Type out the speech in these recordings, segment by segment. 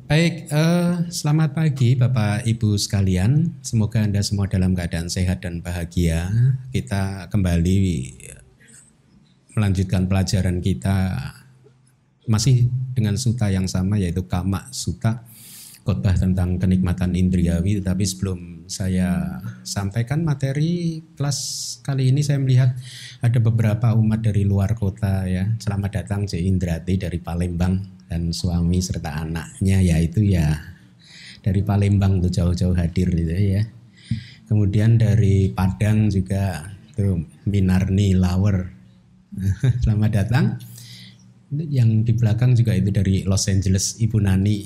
Baik, selamat pagi Bapak Ibu sekalian. Semoga Anda semua dalam keadaan sehat dan bahagia. Kita kembali melanjutkan pelajaran kita masih dengan suta yang sama, yaitu Kama Sutta, khotbah tentang kenikmatan indriawi. Tetapi sebelum saya sampaikan materi kelas kali ini, saya melihat ada beberapa umat dari luar kota ya. Selamat datang Cik Indrati dari Palembang dan suami serta anaknya, yaitu ya dari Palembang tuh jauh-jauh hadir gitu ya. Kemudian dari Padang juga tuh Minarni Lower. Selamat datang. Yang di belakang juga itu dari Los Angeles Ibu Nani.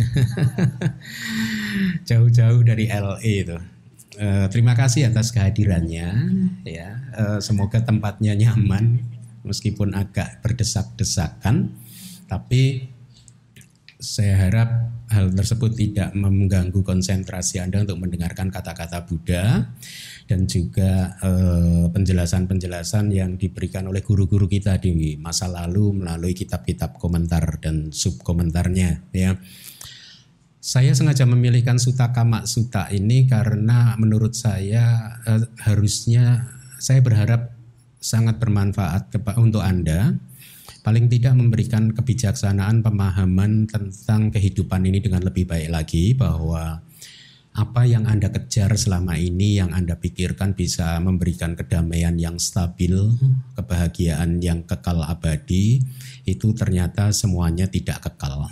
Jauh-jauh dari LA itu. Terima kasih atas kehadirannya ya. Semoga tempatnya nyaman meskipun agak berdesak-desakan, tapi saya harap hal tersebut tidak mengganggu konsentrasi Anda untuk mendengarkan kata-kata Buddha dan juga penjelasan-penjelasan yang diberikan oleh guru-guru kita di masa lalu melalui kitab-kitab komentar dan subkomentarnya ya. Saya sengaja memilihkan Sutta Kama Sutta ini karena menurut saya harusnya saya berharap sangat bermanfaat untuk Anda. Paling tidak memberikan kebijaksanaan pemahaman tentang kehidupan ini dengan lebih baik lagi, bahwa apa yang Anda kejar selama ini, yang Anda pikirkan bisa memberikan kedamaian yang stabil, kebahagiaan yang kekal abadi, itu ternyata semuanya tidak kekal.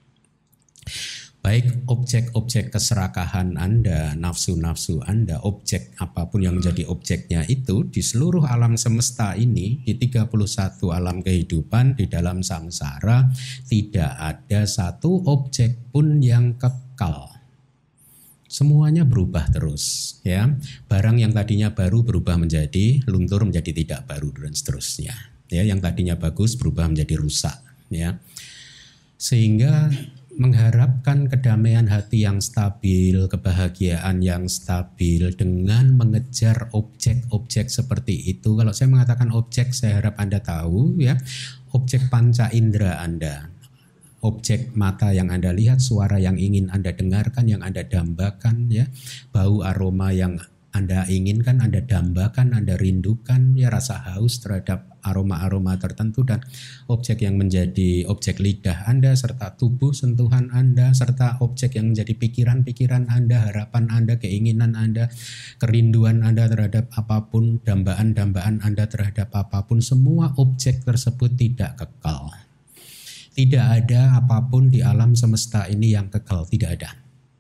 Baik objek-objek keserakahan Anda, nafsu-nafsu Anda, objek apapun yang menjadi objeknya itu di seluruh alam semesta ini, di 31 alam kehidupan di dalam samsara, tidak ada satu objek pun yang kekal. Semuanya berubah terus ya. Barang yang tadinya baru berubah menjadi luntur, menjadi tidak baru dan seterusnya. Ya, yang tadinya bagus berubah menjadi rusak ya. Sehingga mengharapkan kedamaian hati yang stabil, kebahagiaan yang stabil dengan mengejar objek-objek seperti itu. Kalau saya mengatakan objek, saya harap Anda tahu ya, objek panca indera Anda, objek mata yang Anda lihat, suara yang ingin Anda dengarkan, yang Anda dambakan ya, bau aroma yang Anda inginkan, Anda dambakan, Anda rindukan, ya rasa haus terhadap aroma-aroma tertentu, dan objek yang menjadi objek lidah Anda, serta tubuh sentuhan Anda, serta objek yang menjadi pikiran-pikiran Anda, harapan Anda, keinginan Anda, kerinduan Anda terhadap apapun, dambaan-dambaan Anda terhadap apapun, semua objek tersebut tidak kekal. Tidak ada apapun di alam semesta ini yang kekal, tidak ada.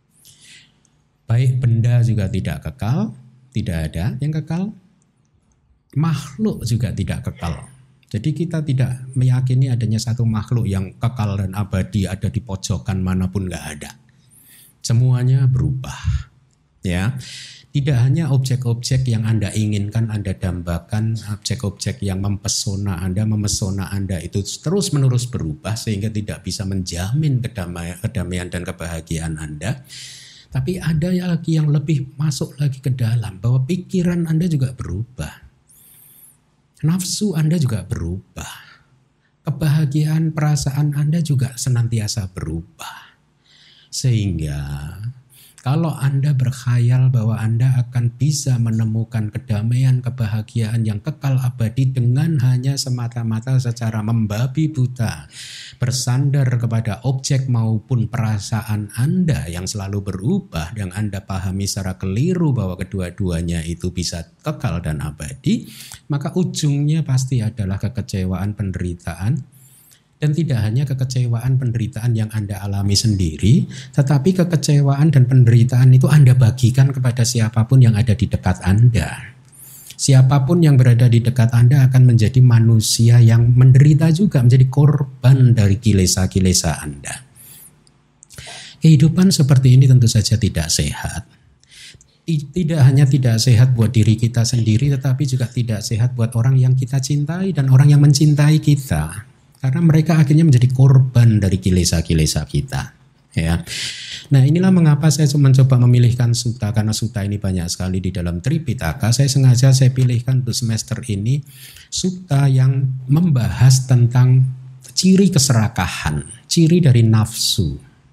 Baik benda juga tidak kekal, tidak ada yang kekal. Makhluk juga tidak kekal. Jadi kita tidak meyakini adanya satu makhluk yang kekal dan abadi ada di pojokan manapun, nggak ada. Semuanya berubah. Ya, tidak hanya objek-objek yang Anda inginkan, Anda dambakan, objek-objek yang memesona Anda itu terus-menerus berubah sehingga tidak bisa menjamin kedamaian dan kebahagiaan Anda. Tapi ada lagi yang lebih masuk lagi ke dalam, bahwa pikiran Anda juga berubah. Nafsu Anda juga berubah. Kebahagiaan perasaan Anda juga senantiasa berubah. Sehingga kalau Anda berkhayal bahwa Anda akan bisa menemukan kedamaian, kebahagiaan yang kekal abadi dengan hanya semata-mata secara membabi buta, bersandar kepada objek maupun perasaan Anda yang selalu berubah, yang Anda pahami secara keliru bahwa kedua-duanya itu bisa kekal dan abadi, maka ujungnya pasti adalah kekecewaan, penderitaan. Dan tidak hanya kekecewaan, penderitaan yang Anda alami sendiri, tetapi kekecewaan dan penderitaan itu Anda bagikan kepada siapapun yang ada di dekat Anda. Siapapun yang berada di dekat Anda akan menjadi manusia yang menderita juga, menjadi korban dari kilesa-kilesa Anda. Kehidupan seperti ini tentu saja tidak sehat. Tidak hanya tidak sehat buat diri kita sendiri, tetapi juga tidak sehat buat orang yang kita cintai dan orang yang mencintai kita. Karena mereka akhirnya menjadi korban dari kilesa-kilesa kita. Ya. Nah, inilah mengapa saya mencoba memilihkan sutta, karena sutta ini banyak sekali di dalam Tripitaka. Saya sengaja pilihkan untuk semester ini sutta yang membahas tentang ciri keserakahan, ciri dari nafsu.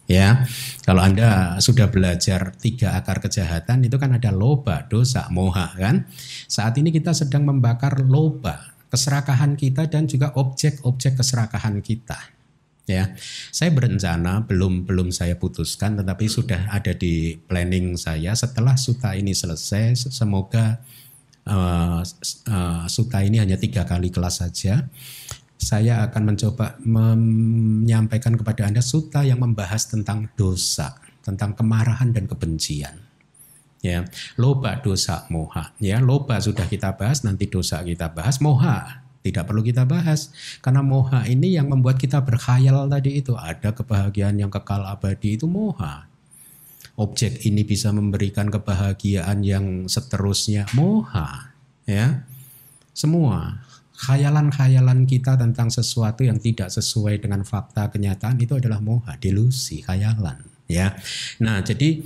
Ya, kalau Anda sudah belajar 3 akar kejahatan itu kan ada loba, dosa, moha kan. Saat ini kita sedang membakar loba, keserakahan kita dan juga objek-objek keserakahan kita. Ya, saya berencana belum saya putuskan, tetapi sudah ada di planning saya setelah suta ini selesai. Semoga suta ini hanya 3 kali kelas saja. Saya akan mencoba menyampaikan kepada Anda suta yang membahas tentang dosa, tentang kemarahan dan kebencian. Ya, loba, dosa, moha. Ya, loba sudah kita bahas, nanti dosa kita bahas, moha tidak perlu kita bahas. Karena moha ini yang membuat kita berkhayal tadi itu, ada kebahagiaan yang kekal abadi, itu moha. Objek ini bisa memberikan kebahagiaan yang seterusnya, moha. Ya, semua khayalan-khayalan kita tentang sesuatu yang tidak sesuai dengan fakta kenyataan itu adalah moha, delusi, khayalan. Ya, nah jadi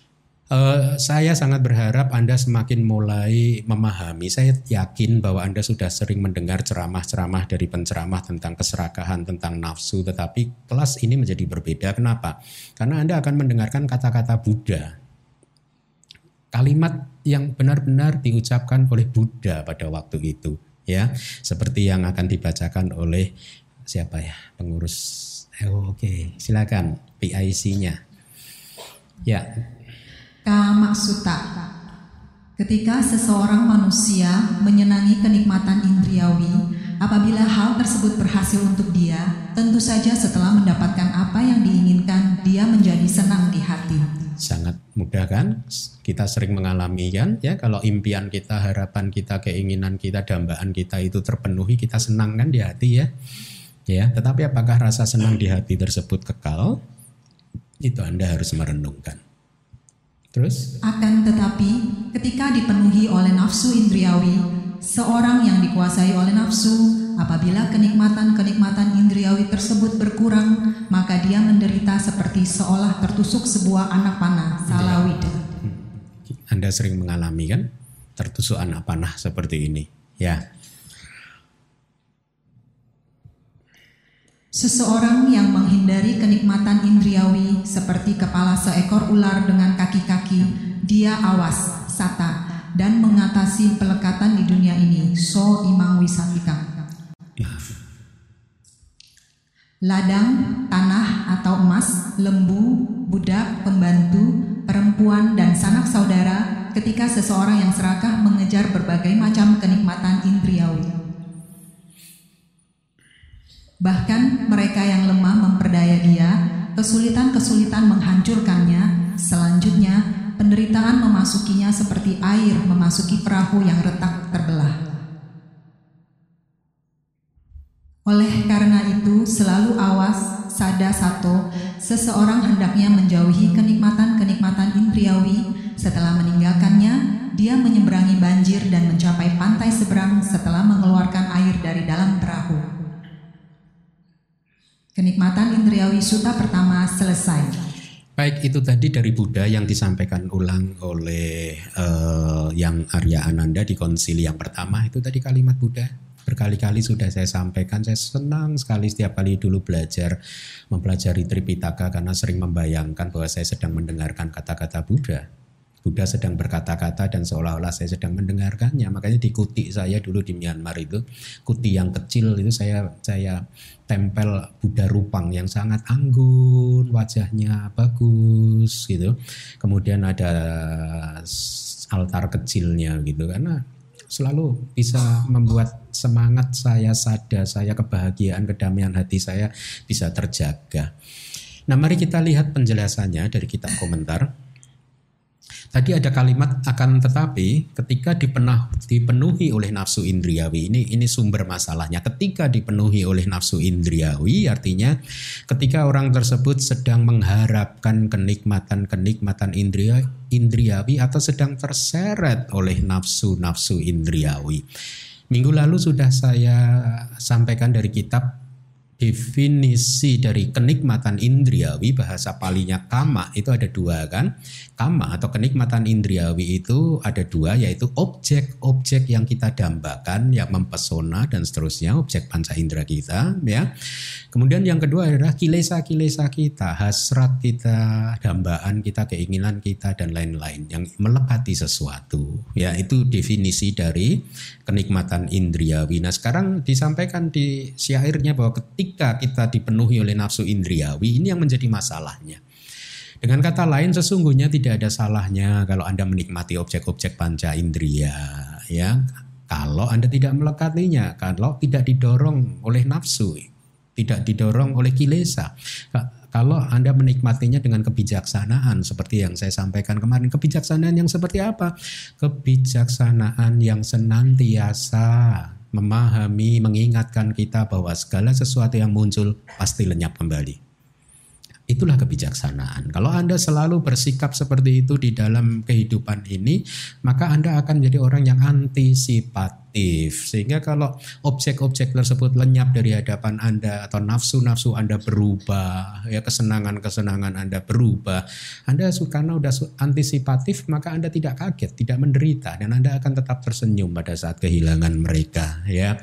saya sangat berharap Anda semakin mulai memahami. Saya yakin bahwa Anda sudah sering mendengar ceramah-ceramah dari penceramah tentang keserakahan, tentang nafsu, tetapi kelas ini menjadi berbeda. Kenapa? Karena Anda akan mendengarkan kata-kata Buddha, kalimat yang benar-benar diucapkan oleh Buddha pada waktu itu. Ya, seperti yang akan dibacakan oleh siapa ya, pengurus. Oke, silakan PIC-nya. Ya. Kama Sutta. Ketika seseorang manusia menyenangi kenikmatan indriawi, apabila hal tersebut berhasil untuk dia, tentu saja setelah mendapatkan apa yang diinginkan, dia menjadi senang di hati. Sangat mudah kan? Kita sering mengalami kan, ya, kalau impian kita, harapan kita, keinginan kita, dambaan kita itu terpenuhi, kita senang kan di hati ya. Ya, tetapi apakah rasa senang di hati tersebut kekal? Itu Anda harus merenungkan. Terus? Akan tetapi, ketika dipenuhi oleh nafsu indriawi, seorang yang dikuasai oleh nafsu, apabila kenikmatan-kenikmatan indriawi tersebut berkurang, maka dia menderita seperti seolah tertusuk sebuah anak panah, salawida. Anda sering mengalami kan tertusuk anak panah seperti ini, ya. Seseorang yang menghindari kenikmatan indriawi seperti kepala seekor ular dengan kaki-kaki, dia awas, sata, dan mengatasi pelekatan di dunia ini, so imang wisatikang. Ladang, tanah atau emas, lembu, budak, pembantu, perempuan, dan sanak saudara ketika seseorang yang serakah mengejar berbagai macam kenikmatan indriawi. Bahkan mereka yang lemah memperdaya dia, kesulitan-kesulitan menghancurkannya, selanjutnya penderitaan memasukinya seperti air memasuki perahu yang retak terbelah. Oleh karena itu, selalu awas, sada sato, seseorang hendaknya menjauhi kenikmatan-kenikmatan indriawi. Setelah meninggalkannya, dia menyeberangi banjir dan mencapai pantai seberang setelah mengeluarkan air dari dalam perahu. Kenikmatan indriawi suta pertama selesai. Baik, itu tadi dari Buddha yang disampaikan ulang oleh yang Arya Ananda di konsili yang pertama. Itu tadi kalimat Buddha. Berkali-kali sudah saya sampaikan. Saya senang sekali setiap kali dulu mempelajari Tripitaka karena sering membayangkan bahwa saya sedang mendengarkan kata-kata Buddha. Buddha sedang berkata-kata dan seolah-olah saya sedang mendengarkannya. Makanya di kuti saya dulu di Myanmar itu, kuti yang kecil itu saya tempel Buddha Rupang yang sangat anggun, wajahnya bagus gitu. Kemudian ada altar kecilnya gitu, karena selalu bisa membuat semangat saya, sada saya, kebahagiaan, kedamaian hati saya bisa terjaga. Nah, mari kita lihat penjelasannya dari kitab komentar. Tadi ada kalimat akan tetapi ketika dipenuhi oleh nafsu indriawi, ini sumber masalahnya. Ketika dipenuhi oleh nafsu indriawi artinya ketika orang tersebut sedang mengharapkan kenikmatan indriawi atau sedang terseret oleh nafsu indriawi. Minggu lalu sudah saya sampaikan dari kitab definisi dari kenikmatan indriawi, bahasa Palinya kama, itu ada dua kan. Kama atau kenikmatan indriawi itu ada dua, yaitu objek-objek yang kita dambakan, yang mempesona dan seterusnya, objek panca indera kita ya. Kemudian yang kedua adalah kilesa-kilesa kita, hasrat kita, dambaan kita, keinginan kita dan lain-lain yang melekati sesuatu. Ya, itu definisi dari kenikmatan indriawi. Nah, sekarang disampaikan di syairnya bahwa ketika kita dipenuhi oleh nafsu indriawi, ini yang menjadi masalahnya. Dengan kata lain, sesungguhnya tidak ada salahnya kalau Anda menikmati objek-objek panca indria, ya. Kalau Anda tidak melekatinya, kalau tidak didorong oleh nafsu, tidak didorong oleh kilesa. Kalau Anda menikmatinya dengan kebijaksanaan seperti yang saya sampaikan kemarin. Kebijaksanaan yang seperti apa? Kebijaksanaan yang senantiasa memahami, mengingatkan kita bahwa segala sesuatu yang muncul pasti lenyap kembali. Itulah kebijaksanaan. Kalau Anda selalu bersikap seperti itu di dalam kehidupan ini, maka Anda akan menjadi orang yang antisipatif. Sehingga kalau objek-objek tersebut lenyap dari hadapan Anda atau nafsu-nafsu Anda berubah, ya kesenangan-kesenangan Anda berubah, Anda karena udah antisipatif, maka Anda tidak kaget, tidak menderita, dan Anda akan tetap tersenyum pada saat kehilangan mereka, ya.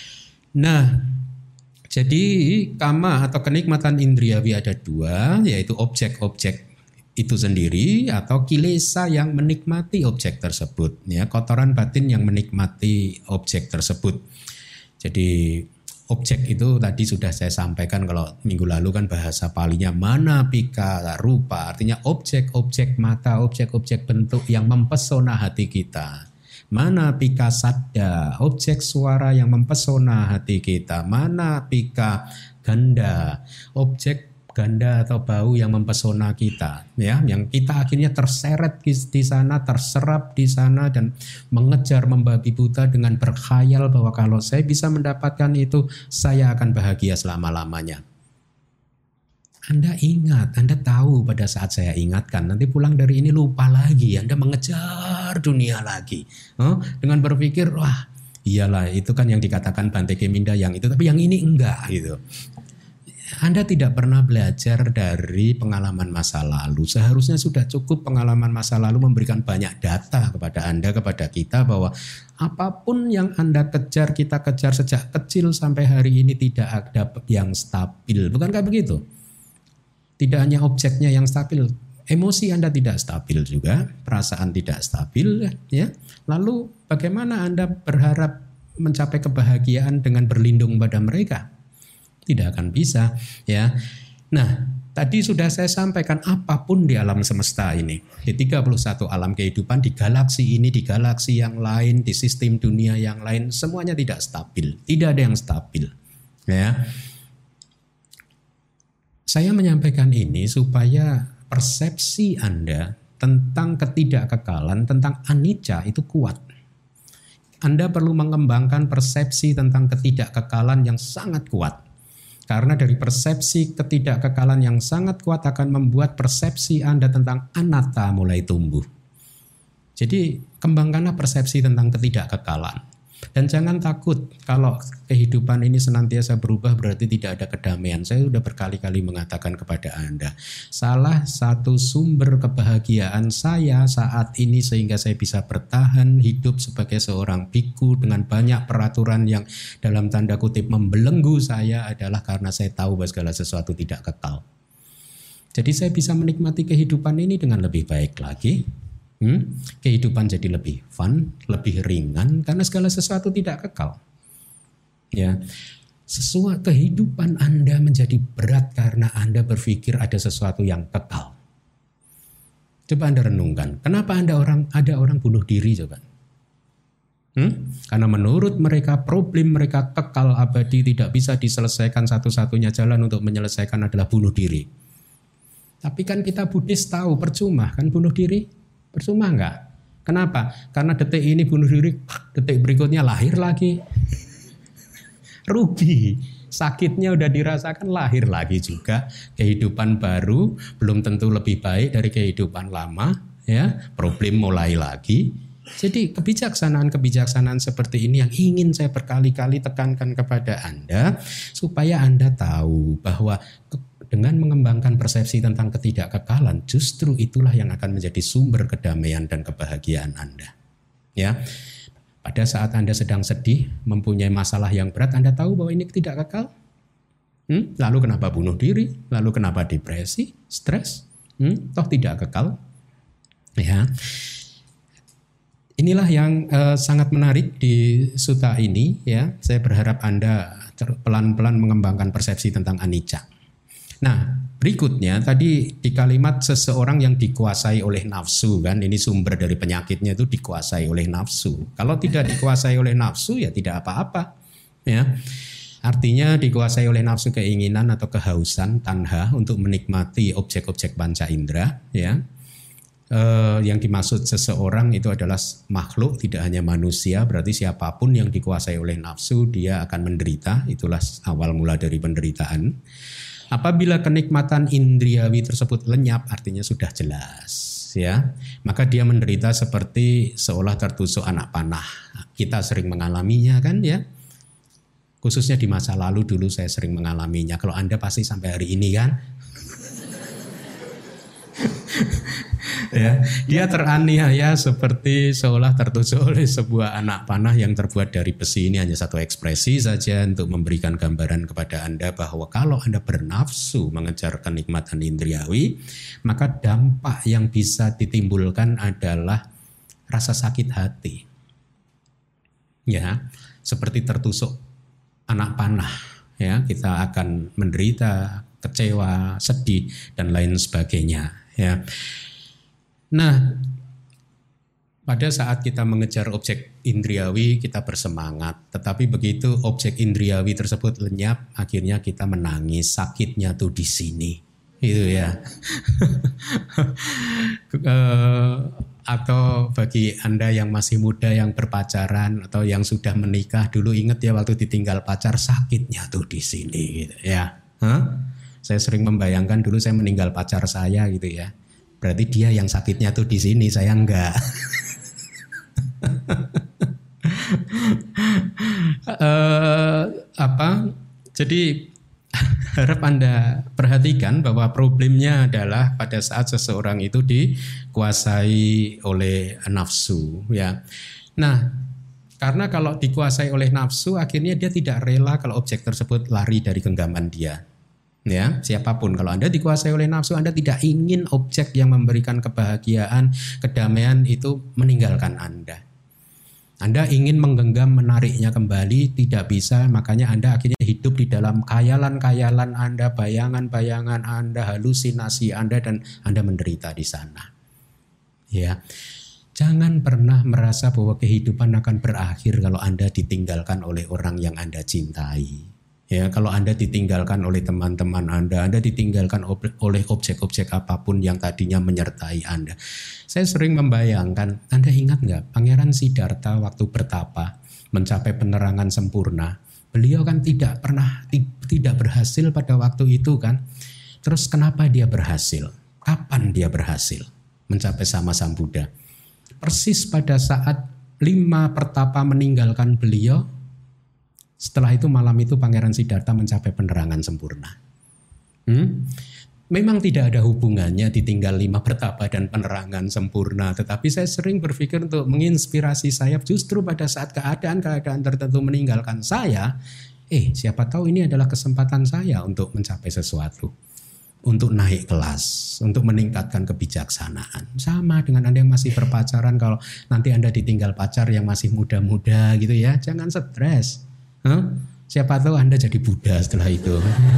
Nah, jadi kama atau kenikmatan indriawi ada dua, yaitu objek-objek itu sendiri atau kilesa yang menikmati objek tersebut, ya, kotoran batin yang menikmati objek tersebut. Jadi objek itu tadi sudah saya sampaikan kalau minggu lalu kan bahasa Palinya mana pika rupa, artinya objek-objek mata, objek-objek bentuk yang mempesona hati kita. Mana pika sadda, objek suara yang mempesona hati kita. Mana pika ganda, objek ganda atau bau yang mempesona kita, ya, yang kita akhirnya terseret di sana, terserap di sana dan mengejar membabi buta dengan berkhayal bahwa kalau saya bisa mendapatkan itu, saya akan bahagia selama-lamanya. Anda ingat, Anda tahu pada saat saya ingatkan, nanti pulang dari ini lupa lagi, Anda mengejar dunia lagi. Dengan berpikir, wah iyalah itu kan yang dikatakan Bante Keminda yang itu, tapi yang ini enggak gitu. Anda tidak pernah belajar dari pengalaman masa lalu. Seharusnya sudah cukup pengalaman masa lalu memberikan banyak data kepada Anda, kepada kita bahwa apapun yang Anda kejar, kita kejar sejak kecil sampai hari ini tidak ada yang stabil. Bukankah begitu? Tidak hanya objeknya yang stabil, emosi Anda tidak stabil juga, perasaan tidak stabil, ya. Lalu bagaimana Anda berharap mencapai kebahagiaan dengan berlindung pada mereka? Tidak akan bisa, ya. Nah, tadi sudah saya sampaikan apapun di alam semesta ini, di 31 alam kehidupan, di galaksi ini, di galaksi yang lain, di sistem dunia yang lain, semuanya tidak stabil, tidak ada yang stabil, ya. Saya menyampaikan ini supaya persepsi Anda tentang ketidakkekalan, tentang anicca itu kuat. Anda perlu mengembangkan persepsi tentang ketidakkekalan yang sangat kuat. Karena dari persepsi ketidakkekalan yang sangat kuat akan membuat persepsi Anda tentang anatta mulai tumbuh. Jadi kembangkanlah persepsi tentang ketidakkekalan. Dan jangan takut kalau kehidupan ini senantiasa berubah berarti tidak ada kedamaian. Saya sudah berkali-kali mengatakan kepada Anda, salah satu sumber kebahagiaan saya saat ini sehingga saya bisa bertahan hidup sebagai seorang biku dengan banyak peraturan yang dalam tanda kutip membelenggu saya adalah karena saya tahu bahwa segala sesuatu tidak kekal. Jadi saya bisa menikmati kehidupan ini dengan lebih baik lagi. Kehidupan jadi lebih fun, lebih ringan karena segala sesuatu tidak kekal. Ya, sesuatu kehidupan Anda menjadi berat karena Anda berpikir ada sesuatu yang kekal. Coba Anda renungkan, kenapa ada orang bunuh diri coba? Karena menurut mereka problem mereka kekal abadi, tidak bisa diselesaikan, satu-satunya jalan untuk menyelesaikan adalah bunuh diri. Tapi kan kita Buddhis tahu percuma kan bunuh diri? Percuma enggak? Kenapa? Karena detik ini bunuh diri, detik berikutnya lahir lagi. Rugi. Sakitnya udah dirasakan, lahir lagi juga. Kehidupan baru belum tentu lebih baik dari kehidupan lama, ya. Problem mulai lagi. Jadi kebijaksanaan seperti ini yang ingin saya berkali-kali tekankan kepada Anda supaya Anda tahu bahwa dengan mengembangkan persepsi tentang ketidakkekalan justru itulah yang akan menjadi sumber kedamaian dan kebahagiaan Anda. Ya. Pada saat Anda sedang sedih, mempunyai masalah yang berat, Anda tahu bahwa ini tidak kekal. Lalu kenapa bunuh diri? Lalu kenapa depresi, stres? Toh tidak kekal. Ya. Inilah yang sangat menarik di sutta ini, ya. Saya berharap Anda pelan-pelan mengembangkan persepsi tentang anicca. Nah, berikutnya tadi di kalimat seseorang yang dikuasai oleh nafsu, kan ini sumber dari penyakitnya itu dikuasai oleh nafsu. Kalau tidak dikuasai oleh nafsu ya tidak apa-apa, ya. Artinya dikuasai oleh nafsu keinginan atau kehausan tanha untuk menikmati objek-objek panca indera, ya. Yang dimaksud seseorang itu adalah makhluk, tidak hanya manusia, berarti siapapun yang dikuasai oleh nafsu dia akan menderita, itulah awal mula dari penderitaan. Apabila kenikmatan indriawi tersebut lenyap, artinya sudah jelas, ya. Maka dia menderita seperti seolah tertusuk anak panah. Kita sering mengalaminya, kan, ya. Khususnya di masa lalu dulu saya sering mengalaminya. Kalau Anda pasti sampai hari ini, kan. Ya, dia teraniaya seperti seolah tertusuk oleh sebuah anak panah yang terbuat dari besi. Ini hanya satu ekspresi saja untuk memberikan gambaran kepada Anda bahwa kalau Anda bernafsu mengejar kenikmatan indriawi, maka dampak yang bisa ditimbulkan adalah rasa sakit hati. Ya, seperti tertusuk anak panah, ya, kita akan menderita, kecewa, sedih dan lain sebagainya, ya. Nah, pada saat kita mengejar objek indriawi kita bersemangat, tetapi begitu objek indriawi tersebut lenyap, akhirnya kita menangis, sakitnya tuh di sini, itu ya. Atau bagi Anda yang masih muda yang berpacaran atau yang sudah menikah, dulu ingat ya waktu ditinggal pacar sakitnya tuh di sini, gitu ya. Saya sering membayangkan dulu saya meninggal pacar saya, gitu ya. Berarti dia yang sakitnya tuh di sini, saya enggak. Jadi harap Anda perhatikan bahwa problemnya adalah pada saat seseorang itu dikuasai oleh nafsu, ya. Nah, karena kalau dikuasai oleh nafsu, akhirnya dia tidak rela kalau objek tersebut lari dari genggaman dia. Ya, siapapun kalau Anda dikuasai oleh nafsu, Anda tidak ingin objek yang memberikan kebahagiaan, kedamaian itu meninggalkan Anda. Anda ingin menggenggam, menariknya kembali, tidak bisa, makanya Anda akhirnya hidup di dalam khayalan-khayalan Anda, bayangan-bayangan Anda, halusinasi Anda, dan Anda menderita di sana. Ya, jangan pernah merasa bahwa kehidupan akan berakhir kalau Anda ditinggalkan oleh orang yang Anda cintai. Ya, kalau Anda ditinggalkan oleh teman-teman Anda ditinggalkan oleh objek-objek apapun yang tadinya menyertai Anda. Saya sering membayangkan, Anda ingat nggak Pangeran Siddhartha waktu bertapa mencapai penerangan sempurna? Beliau kan tidak berhasil pada waktu itu, kan? Terus kenapa dia berhasil? Kapan dia berhasil mencapai sama Sang Buddha? Persis pada saat 5 pertapa meninggalkan beliau. Setelah itu malam itu Pangeran Siddhartha mencapai penerangan sempurna. Memang tidak ada hubungannya ditinggal 5 pertapa dan penerangan sempurna. Tetapi saya sering berpikir untuk menginspirasi saya justru pada saat keadaan-keadaan tertentu meninggalkan saya. Siapa tahu ini adalah kesempatan saya untuk mencapai sesuatu. Untuk naik kelas, untuk meningkatkan kebijaksanaan. Sama dengan Anda yang masih berpacaran, kalau nanti Anda ditinggal pacar yang masih muda-muda gitu ya, jangan stres. Siapa tahu Anda jadi Buddha setelah itu.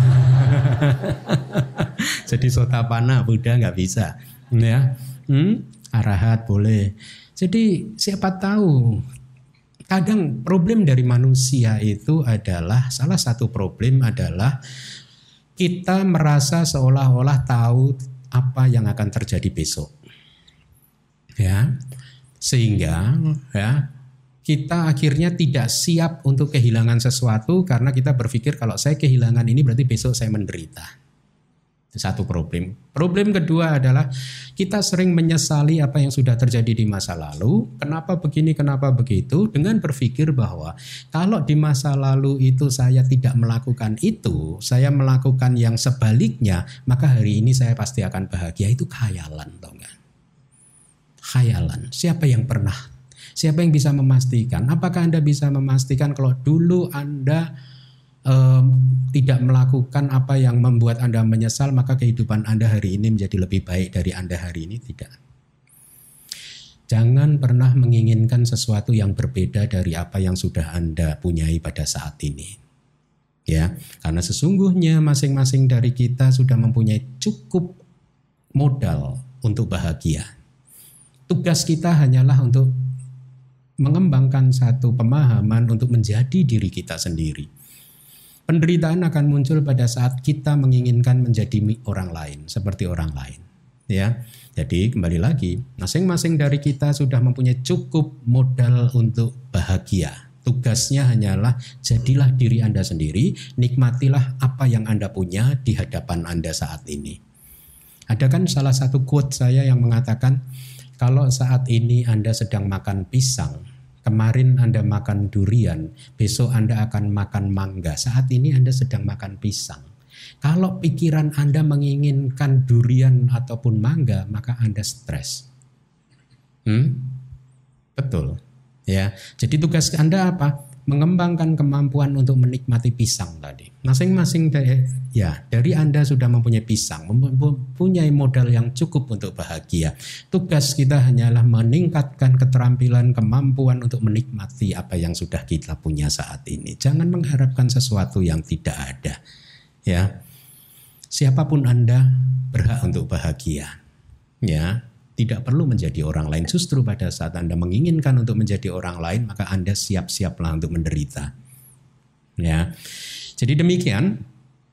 Jadi Sotapanna, Buddha nggak bisa, ya. Arahat boleh. Jadi siapa tahu. Kadang problem dari manusia itu adalah, salah satu problem adalah kita merasa seolah-olah tahu apa yang akan terjadi besok, ya. Sehingga, ya, kita akhirnya tidak siap untuk kehilangan sesuatu karena kita berpikir kalau saya kehilangan ini berarti besok saya menderita. Satu problem. Problem kedua adalah kita sering menyesali apa yang sudah terjadi di masa lalu. Kenapa begini, kenapa begitu? Dengan berpikir bahwa kalau di masa lalu itu saya tidak melakukan itu, saya melakukan yang sebaliknya, maka hari ini saya pasti akan bahagia. Itu khayalan, tau gak? Khayalan. Siapa yang bisa memastikan? Apakah Anda bisa memastikan kalau dulu Anda tidak melakukan apa yang membuat Anda menyesal, maka kehidupan Anda hari ini menjadi lebih baik dari Anda hari ini? Tidak. Jangan pernah menginginkan sesuatu yang berbeda dari apa yang sudah Anda punyai pada saat ini. Ya, karena sesungguhnya masing-masing dari kita sudah mempunyai cukup modal untuk bahagia. Tugas kita hanyalah untuk mengembangkan satu pemahaman untuk menjadi diri kita sendiri. Penderitaan akan muncul pada saat kita menginginkan menjadi orang lain, seperti orang lain. Ya, jadi kembali lagi, masing-masing dari kita sudah mempunyai cukup modal untuk bahagia. Tugasnya hanyalah jadilah diri Anda sendiri, nikmatilah apa yang Anda punya di hadapan Anda saat ini. Ada kan salah satu quote saya yang mengatakan, kalau saat ini Anda sedang makan pisang, kemarin Anda makan durian, besok Anda akan makan mangga. Saat ini Anda sedang makan pisang. Kalau pikiran Anda menginginkan durian ataupun mangga, maka Anda stres. Betul. Ya. Jadi tugas Anda apa? Mengembangkan kemampuan untuk menikmati pisang tadi. Masing-masing dari Anda sudah mempunyai pisang, mempunyai modal yang cukup untuk bahagia. Tugas kita hanyalah meningkatkan keterampilan, kemampuan untuk menikmati apa yang sudah kita punya saat ini. Jangan mengharapkan sesuatu yang tidak ada. Ya, siapapun Anda berhak untuk bahagia. Ya. Tidak perlu menjadi orang lain. Justru pada saat Anda menginginkan untuk menjadi orang lain, maka Anda siap-siaplah untuk menderita. Ya, jadi demikian.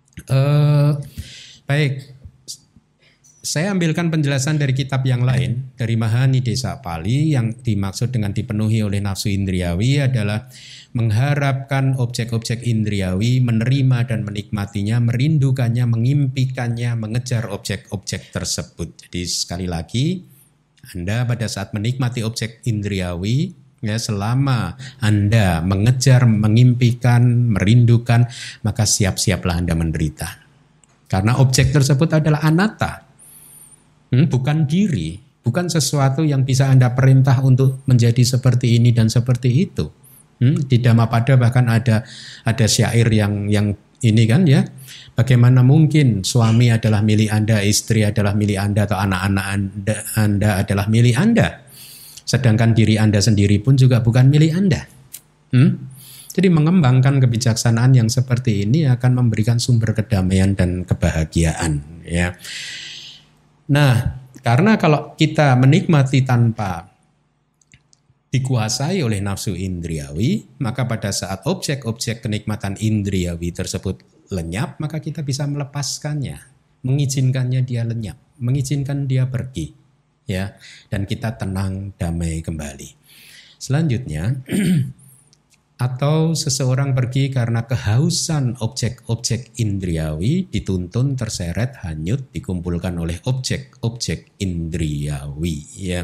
Baik, saya ambilkan penjelasan dari kitab yang lain, dari Mahanidesa Pali. Yang dimaksud dengan dipenuhi oleh nafsu indriawi adalah mengharapkan objek-objek indriawi, menerima dan menikmatinya, merindukannya, mengimpikannya, mengejar objek-objek tersebut. Jadi sekali lagi, Anda pada saat menikmati objek indriawi, ya, selama Anda mengejar, mengimpikan, merindukan, maka siap-siaplah Anda menderita. Karena objek tersebut adalah anatta, bukan diri, bukan sesuatu yang bisa Anda perintah untuk menjadi seperti ini dan seperti itu. Di Dhammapada bahkan ada syair yang ini kan ya, bagaimana mungkin suami adalah milik Anda, istri adalah milik Anda, atau anak-anak Anda adalah milik Anda, sedangkan diri Anda sendiri pun juga bukan milik Anda. Jadi mengembangkan kebijaksanaan yang seperti ini akan memberikan sumber kedamaian dan kebahagiaan. Ya. Nah, karena kalau kita menikmati tanpa dikuasai oleh nafsu indriawi, maka pada saat objek-objek kenikmatan indriawi tersebut lenyap, maka kita bisa melepaskannya, mengizinkannya dia lenyap, mengizinkan dia pergi, ya, dan kita tenang, damai kembali. Selanjutnya, atau seseorang pergi karena kehausan objek-objek indriawi, dituntun, terseret, hanyut, dikumpulkan oleh objek-objek indriawi, ya.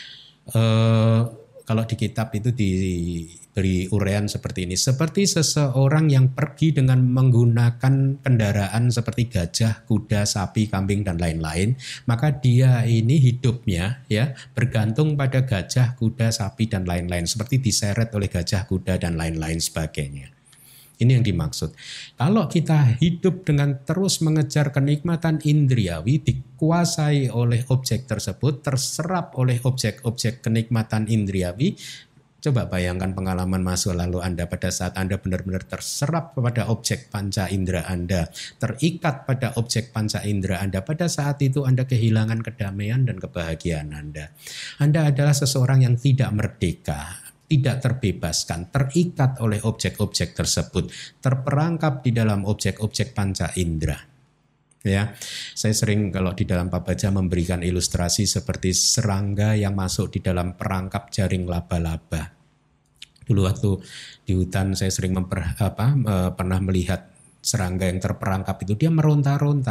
Kalau di kitab itu diberi uraian seperti ini. Seperti seseorang yang pergi dengan menggunakan kendaraan seperti gajah, kuda, sapi, kambing, dan lain-lain. Maka dia ini hidupnya ya bergantung pada gajah, kuda, sapi, dan lain-lain. Seperti diseret oleh gajah, kuda, dan lain-lain sebagainya. Ini yang dimaksud. Kalau kita hidup dengan terus mengejar kenikmatan indriawi, dikuasai oleh objek tersebut, terserap oleh objek-objek kenikmatan indriawi. Coba bayangkan pengalaman masa lalu Anda pada saat Anda benar-benar terserap pada objek panca indera Anda, terikat pada objek panca indera Anda. Pada saat itu Anda kehilangan kedamaian dan kebahagiaan Anda. Anda adalah seseorang yang tidak merdeka, tidak terbebaskan, terikat oleh objek-objek tersebut, terperangkap di dalam objek-objek panca indera. Ya, saya sering kalau di dalam Pabaja memberikan ilustrasi seperti serangga yang masuk di dalam perangkap jaring laba-laba. Dulu waktu di hutan saya sering pernah melihat serangga yang terperangkap itu, dia meronta-ronta,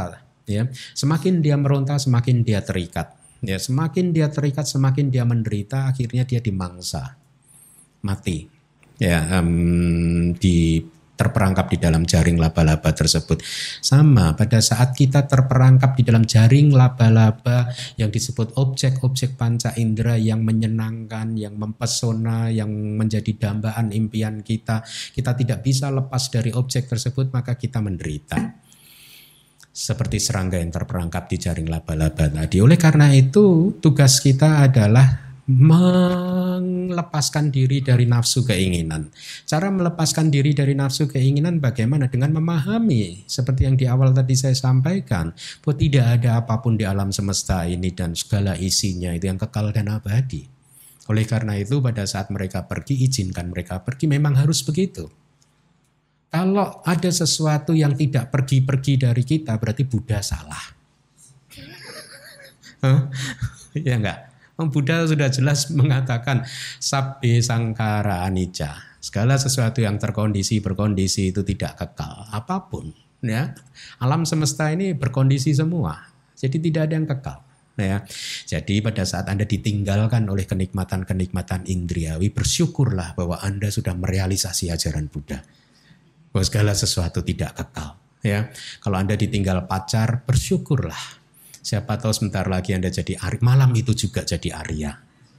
Ya, semakin dia meronta, semakin dia terikat. Ya, semakin dia terikat, semakin dia menderita, akhirnya dia dimangsa, mati. Ya, terperangkap di dalam jaring laba-laba tersebut. Sama pada saat kita terperangkap di dalam jaring laba-laba yang disebut objek-objek panca indera yang menyenangkan, yang mempesona, yang menjadi dambaan impian kita tidak bisa lepas dari objek tersebut, maka kita menderita. Seperti serangga yang terperangkap di jaring laba-laba tadi. Oleh karena itu, tugas kita adalah melepaskan diri dari nafsu keinginan. Cara melepaskan diri dari nafsu keinginan bagaimana? Dengan memahami seperti yang di awal tadi saya sampaikan, bahwa tidak ada apapun di alam semesta ini dan segala isinya itu yang kekal dan abadi. Oleh karena itu pada saat mereka pergi, izinkan mereka pergi, memang harus begitu. Kalau ada sesuatu yang tidak pergi-pergi dari kita, berarti Buddha salah. Ya enggak? Buddha sudah jelas mengatakan sabbe sangkara anicca. Segala sesuatu yang terkondisi, berkondisi itu tidak kekal. Apapun, ya. Alam semesta ini berkondisi semua. Jadi tidak ada yang kekal, ya. Jadi pada saat Anda ditinggalkan oleh kenikmatan-kenikmatan indriawi, bersyukurlah bahwa Anda sudah merealisasi ajaran Buddha. Bahwa segala sesuatu tidak kekal, ya. Kalau Anda ditinggal pacar, bersyukurlah. Siapa tahu sebentar lagi Anda jadi Arya, malam itu juga jadi Arya.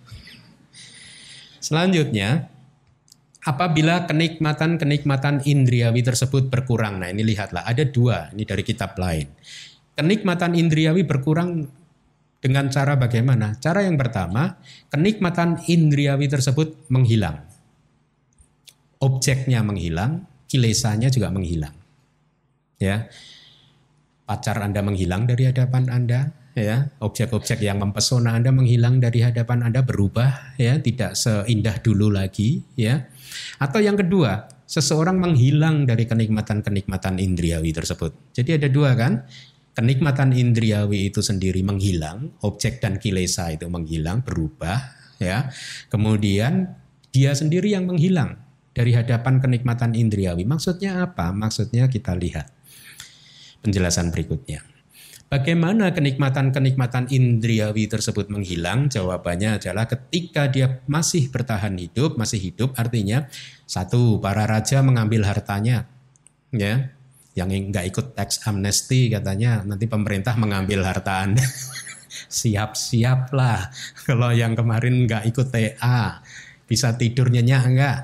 Selanjutnya, apabila kenikmatan-kenikmatan indriawi tersebut berkurang. Nah ini lihatlah, ada dua, ini dari kitab lain. Kenikmatan indriawi berkurang dengan cara bagaimana? Cara yang pertama, kenikmatan indriawi tersebut menghilang. Objeknya menghilang, kilesanya juga menghilang. Ya. Pacar Anda menghilang dari hadapan Anda, ya. Objek-objek yang mempesona Anda menghilang dari hadapan Anda, berubah, ya, tidak seindah dulu lagi, ya. Atau yang kedua, seseorang menghilang dari kenikmatan-kenikmatan indriawi tersebut. Jadi ada dua kan? Kenikmatan indriawi itu sendiri menghilang, objek dan kilesa itu menghilang, berubah, ya. Kemudian dia sendiri yang menghilang dari hadapan kenikmatan indriawi. Maksudnya apa? Maksudnya kita lihat penjelasan berikutnya. Bagaimana kenikmatan-kenikmatan indriawi tersebut menghilang? Jawabannya adalah ketika dia masih bertahan hidup, masih hidup artinya satu, para raja mengambil hartanya, ya. Yang nggak ikut tax amnesty katanya nanti pemerintah mengambil harta Anda. Siap-siaplah kalau yang kemarin nggak ikut TA, bisa tidur nyenyak enggak?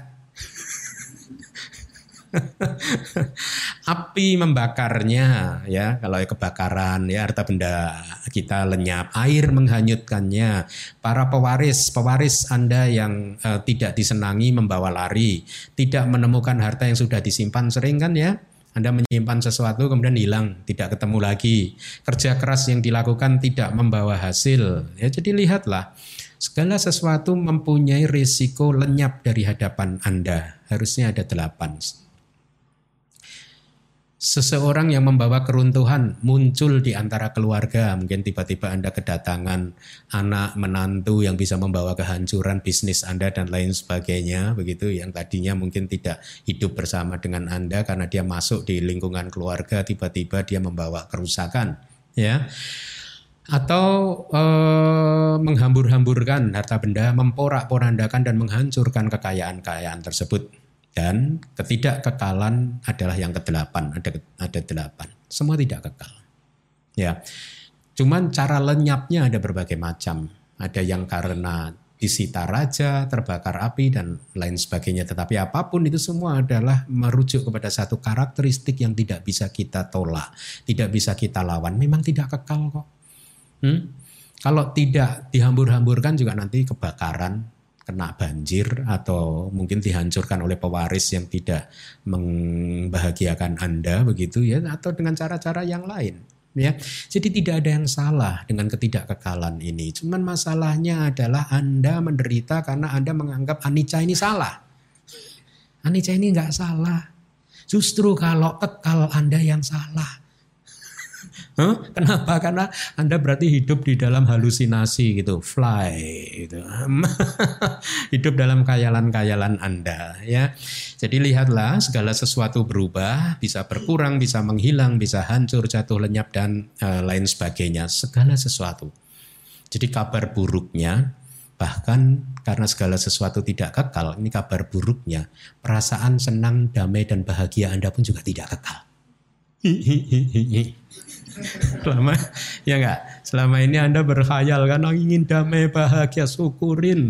Api membakarnya, ya, kalau kebakaran, ya, harta benda kita lenyap, air menghanyutkannya, para pewaris Anda yang tidak disenangi membawa lari, tidak menemukan harta yang sudah disimpan, sering kan ya, Anda menyimpan sesuatu kemudian hilang, tidak ketemu lagi, kerja keras yang dilakukan tidak membawa hasil, ya, jadi lihatlah. Segala sesuatu mempunyai risiko lenyap dari hadapan Anda, harusnya ada 8. Seseorang yang membawa keruntuhan muncul di antara keluarga, mungkin tiba-tiba Anda kedatangan anak menantu yang bisa membawa kehancuran bisnis Anda dan lain sebagainya, begitu, yang tadinya mungkin tidak hidup bersama dengan Anda karena dia masuk di lingkungan keluarga, tiba-tiba dia membawa kerusakan, ya. Atau menghambur-hamburkan harta benda, memporak-porandakan dan menghancurkan kekayaan-kekayaan tersebut. Dan ketidakkekalan adalah yang ke-8, ada 8. Semua tidak kekal. Ya. Cuman cara lenyapnya ada berbagai macam. Ada yang karena disita raja, terbakar api dan lain sebagainya. Tetapi apapun itu semua adalah merujuk kepada satu karakteristik yang tidak bisa kita tolak, tidak bisa kita lawan. Memang tidak kekal kok. Kalau tidak dihambur-hamburkan juga nanti kebakaran, kena banjir atau mungkin dihancurkan oleh pewaris yang tidak membahagiakan Anda, begitu ya, atau dengan cara-cara yang lain, ya. Jadi tidak ada yang salah dengan ketidakkekalan ini. Cuman masalahnya adalah Anda menderita karena Anda menganggap anicca ini salah. Anicca ini enggak salah. Justru kalau kekal Anda yang salah. Kenapa? Karena Anda berarti hidup di dalam halusinasi gitu, fly gitu. Hidup dalam khayalan-khayalan Anda ya. Jadi lihatlah segala sesuatu berubah, bisa berkurang, bisa menghilang, bisa hancur, jatuh lenyap dan lain sebagainya. Segala sesuatu. Jadi kabar buruknya, bahkan karena segala sesuatu tidak kekal, ini kabar buruknya, perasaan senang, damai dan bahagia Anda pun juga tidak kekal. Selama ini Anda berkhayal kan ingin damai bahagia, syukurin.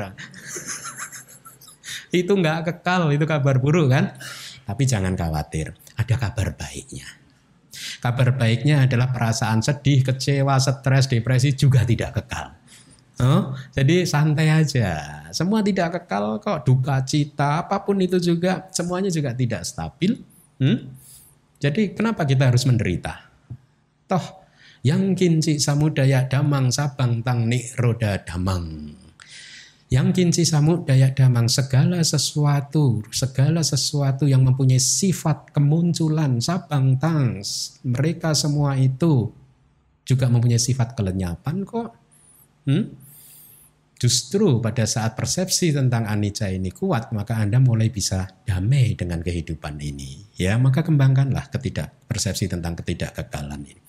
Itu nggak kekal, itu kabar buruk kan. Tapi jangan khawatir, ada kabar baiknya. Kabar baiknya adalah perasaan sedih, kecewa, stres, depresi juga tidak kekal. Jadi santai aja, semua tidak kekal kok, duka cita apapun itu juga semuanya juga tidak stabil. Jadi kenapa kita harus menderita? Toh yang kinci samudaya damang sabang tang roda damang. Yang kinci samudaya damang, segala sesuatu yang mempunyai sifat kemunculan sabang tang, mereka semua itu juga mempunyai sifat kelenyapan kok. Justru pada saat persepsi tentang anicca ini kuat, maka Anda mulai bisa damai dengan kehidupan ini. Ya, maka kembangkanlah persepsi tentang ketidakkekalan ini.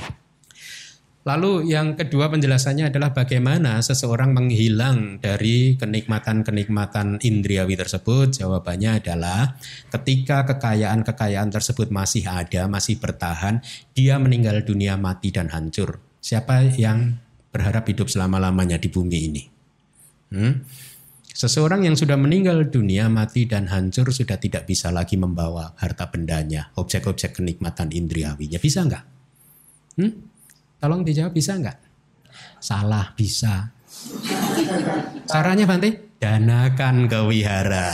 Lalu yang kedua penjelasannya adalah bagaimana seseorang menghilang dari kenikmatan-kenikmatan indriawi tersebut. Jawabannya adalah ketika kekayaan-kekayaan tersebut masih ada, masih bertahan, dia meninggal dunia, mati dan hancur. Siapa yang berharap hidup selama-lamanya di bumi ini? Seseorang yang sudah meninggal dunia, mati dan hancur sudah tidak bisa lagi membawa harta bendanya, objek-objek kenikmatan indriawinya. Bisa enggak? Tolong dijawab, bisa enggak? Salah, bisa. Caranya Bante? Danakan ke wihara.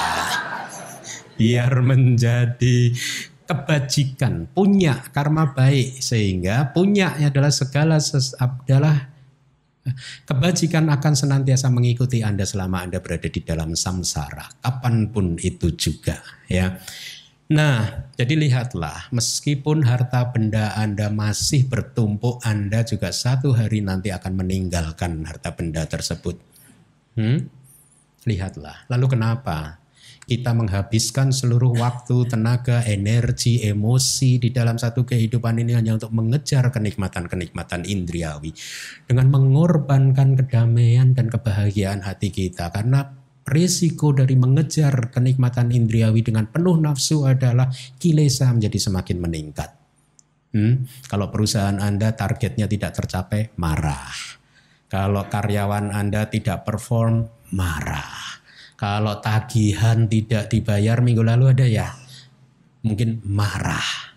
Biar menjadi kebajikan, punya karma baik, sehingga punya adalah kebajikan akan senantiasa mengikuti Anda selama Anda berada di dalam samsara, kapanpun itu juga ya. Nah, jadi lihatlah, meskipun harta benda Anda masih bertumpuk, Anda juga satu hari nanti akan meninggalkan harta benda tersebut. Lihatlah, lalu kenapa kita menghabiskan seluruh waktu, tenaga, energi, emosi di dalam satu kehidupan ini hanya untuk mengejar kenikmatan-kenikmatan indriawi, dengan mengorbankan kedamaian dan kebahagiaan hati kita. Karena risiko dari mengejar kenikmatan indriawi dengan penuh nafsu adalah kilesa menjadi semakin meningkat. Kalau perusahaan Anda targetnya tidak tercapai, marah. Kalau karyawan Anda tidak perform, marah. Kalau tagihan tidak dibayar minggu lalu ada ya, mungkin marah.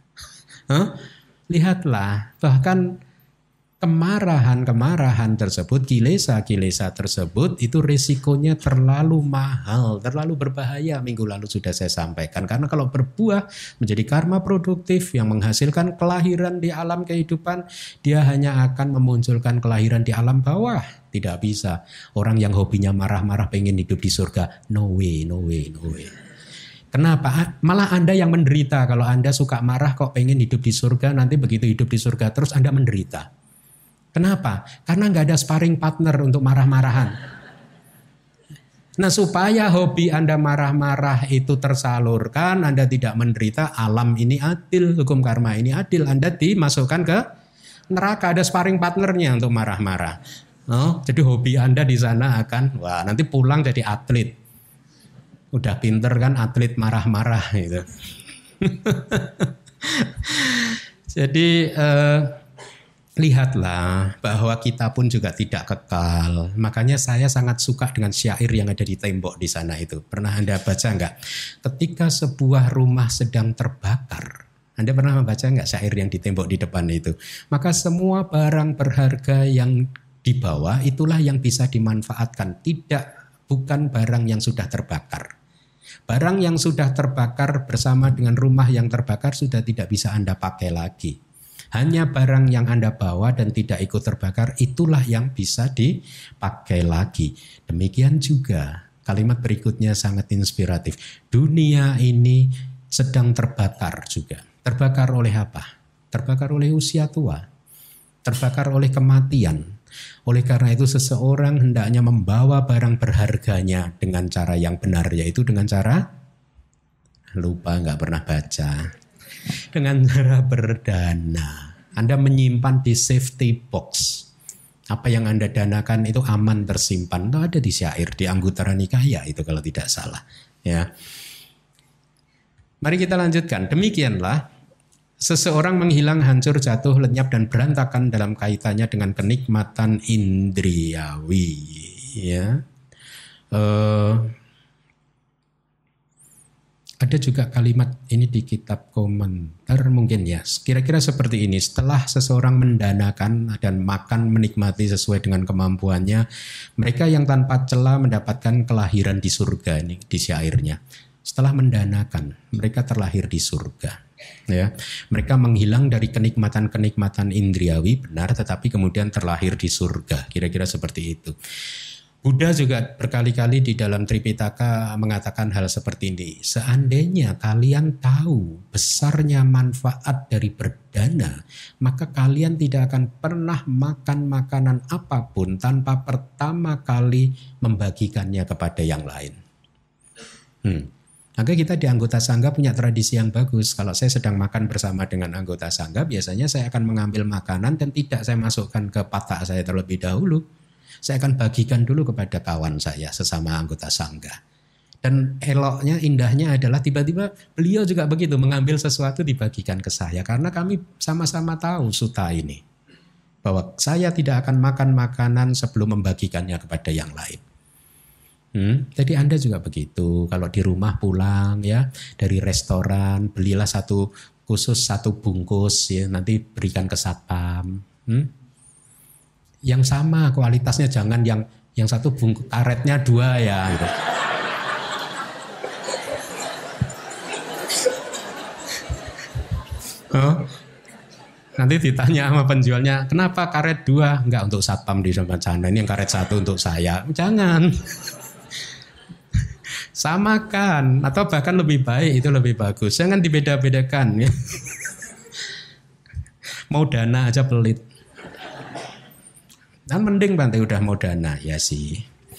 Lihatlah, bahkan kemarahan tersebut, kilesa tersebut itu risikonya terlalu mahal, terlalu berbahaya. Minggu lalu sudah saya sampaikan. Karena kalau berbuah menjadi karma produktif yang menghasilkan kelahiran di alam kehidupan, dia hanya akan memunculkan kelahiran di alam bawah. Tidak bisa. Orang yang hobinya marah-marah pengen hidup di surga. No way. Kenapa? Malah Anda yang menderita. Kalau Anda suka marah kok pengen hidup di surga, nanti begitu hidup di surga terus Anda menderita. Kenapa? Karena nggak ada sparring partner untuk marah-marahan. Nah, supaya hobi Anda marah-marah itu tersalurkan, Anda tidak menderita, alam ini adil, hukum karma ini adil. Anda dimasukkan ke neraka, ada sparring partnernya untuk marah-marah. Jadi hobi Anda di sana akan, nanti pulang jadi atlet. Udah pinter kan atlet marah-marah gitu. Jadi lihatlah bahwa kita pun juga tidak kekal. Makanya saya sangat suka dengan syair yang ada di tembok di sana itu. Pernah Anda baca enggak? Ketika sebuah rumah sedang terbakar, Anda pernah membaca enggak syair yang di tembok di depan itu? Maka semua barang berharga yang dibawa itulah yang bisa dimanfaatkan. Bukan barang yang sudah terbakar. Barang yang sudah terbakar bersama dengan rumah yang terbakar sudah tidak bisa Anda pakai lagi. Hanya barang yang Anda bawa dan tidak ikut terbakar, itulah yang bisa dipakai lagi. Demikian juga kalimat berikutnya sangat inspiratif. Dunia ini sedang terbakar juga. Terbakar oleh apa? terbakar oleh usia tua, terbakar oleh kematian. Oleh karena itu seseorang hendaknya membawa barang berharganya dengan cara yang benar, yaitu dengan cara lupa, nggak pernah baca, dengan cara berdana. Anda menyimpan di safety box. Apa yang Anda danakan itu aman tersimpan. Itu ada di syair di Anggutara Nikaya itu kalau tidak salah. Ya. Mari kita lanjutkan. Demikianlah seseorang menghilang, hancur, jatuh, lenyap dan berantakan dalam kaitannya dengan kenikmatan indriawi. Ya. Ada juga kalimat ini di kitab komentar mungkin ya. Kira-kira seperti ini. Setelah seseorang mendanakan dan makan menikmati sesuai dengan kemampuannya, mereka yang tanpa celah mendapatkan kelahiran di surga, ini di syairnya. Setelah mendanakan, mereka terlahir di surga. Ya, mereka menghilang dari kenikmatan-kenikmatan indriawi benar, tetapi kemudian terlahir di surga. Kira-kira seperti itu. Buddha juga berkali-kali di dalam Tripitaka mengatakan hal seperti ini. Seandainya kalian tahu besarnya manfaat dari berdana, maka kalian tidak akan pernah makan makanan apapun tanpa pertama kali membagikannya kepada yang lain. Maka kita di anggota sangga punya tradisi yang bagus. Kalau saya sedang makan bersama dengan anggota sangga, biasanya saya akan mengambil makanan dan tidak saya masukkan ke patak saya terlebih dahulu. Saya akan bagikan dulu kepada kawan saya sesama anggota sangga. Dan eloknya, indahnya adalah tiba-tiba beliau juga begitu mengambil sesuatu dibagikan ke saya. Karena kami sama-sama tahu suta ini. Bahwa saya tidak akan makan makanan sebelum membagikannya kepada yang lain. Jadi Anda juga begitu. Kalau di rumah pulang ya dari restoran, belilah satu bungkus ya, nanti berikan ke satpam. Yang sama kualitasnya, jangan yang satu bungkus karetnya 2 ya gitu. Nanti ditanya sama penjualnya, kenapa karet 2? Enggak, untuk satpam di tempat sana, ini yang karet 1 untuk saya. Jangan. Samakan, atau bahkan lebih baik, itu lebih bagus. Jangan dibeda-bedakan ya. Mau dana aja pelit. Kan mending Bante udah mau dana, ya sih.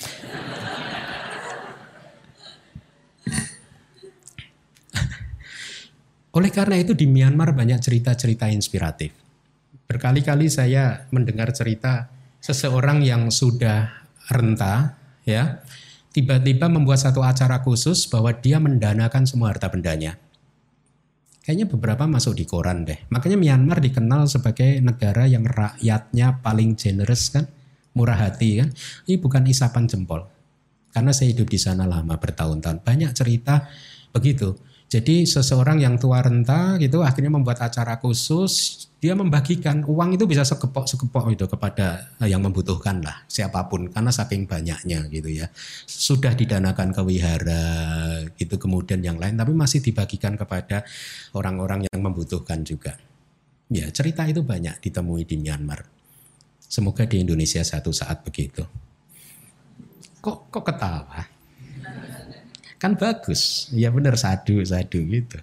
Oleh karena itu di Myanmar banyak cerita-cerita inspiratif. Berkali-kali saya mendengar cerita seseorang yang sudah renta, ya, tiba-tiba membuat satu acara khusus bahwa dia mendanakan semua harta bendanya. Kayaknya beberapa masuk di koran deh. Makanya Myanmar dikenal sebagai negara yang rakyatnya paling generous kan, murah hati kan. Ini bukan isapan jempol. Karena saya hidup di sana lama bertahun-tahun. Banyak cerita begitu. Jadi seseorang yang tua renta gitu akhirnya membuat acara khusus, dia membagikan uang itu bisa sekepok itu kepada yang membutuhkan lah, siapapun, karena saking banyaknya gitu ya. Sudah didanakan ke wihara gitu, kemudian yang lain, tapi masih dibagikan kepada orang-orang yang membutuhkan juga. Ya, cerita itu banyak ditemui di Myanmar. Semoga di Indonesia satu saat begitu. Kok ketawa? Kan bagus, ya benar, sadu gitu.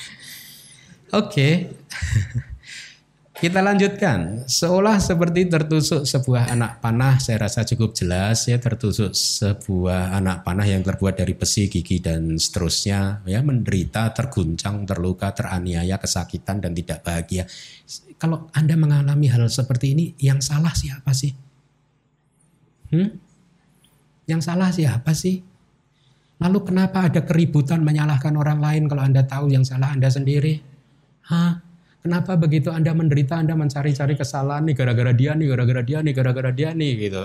Oke. Kita lanjutkan. Seolah seperti tertusuk sebuah anak panah, saya rasa cukup jelas ya, tertusuk sebuah anak panah yang terbuat dari besi, gigi dan seterusnya, ya, menderita, terguncang, terluka, teraniaya, kesakitan dan tidak bahagia. Kalau Anda mengalami hal seperti ini, yang salah siapa sih? Yang salah siapa sih? Lalu kenapa ada keributan menyalahkan orang lain kalau Anda tahu yang salah Anda sendiri? Kenapa begitu Anda menderita, Anda mencari-cari kesalahan nih gara-gara dia nih, gara-gara dia nih, gara-gara dia nih gitu.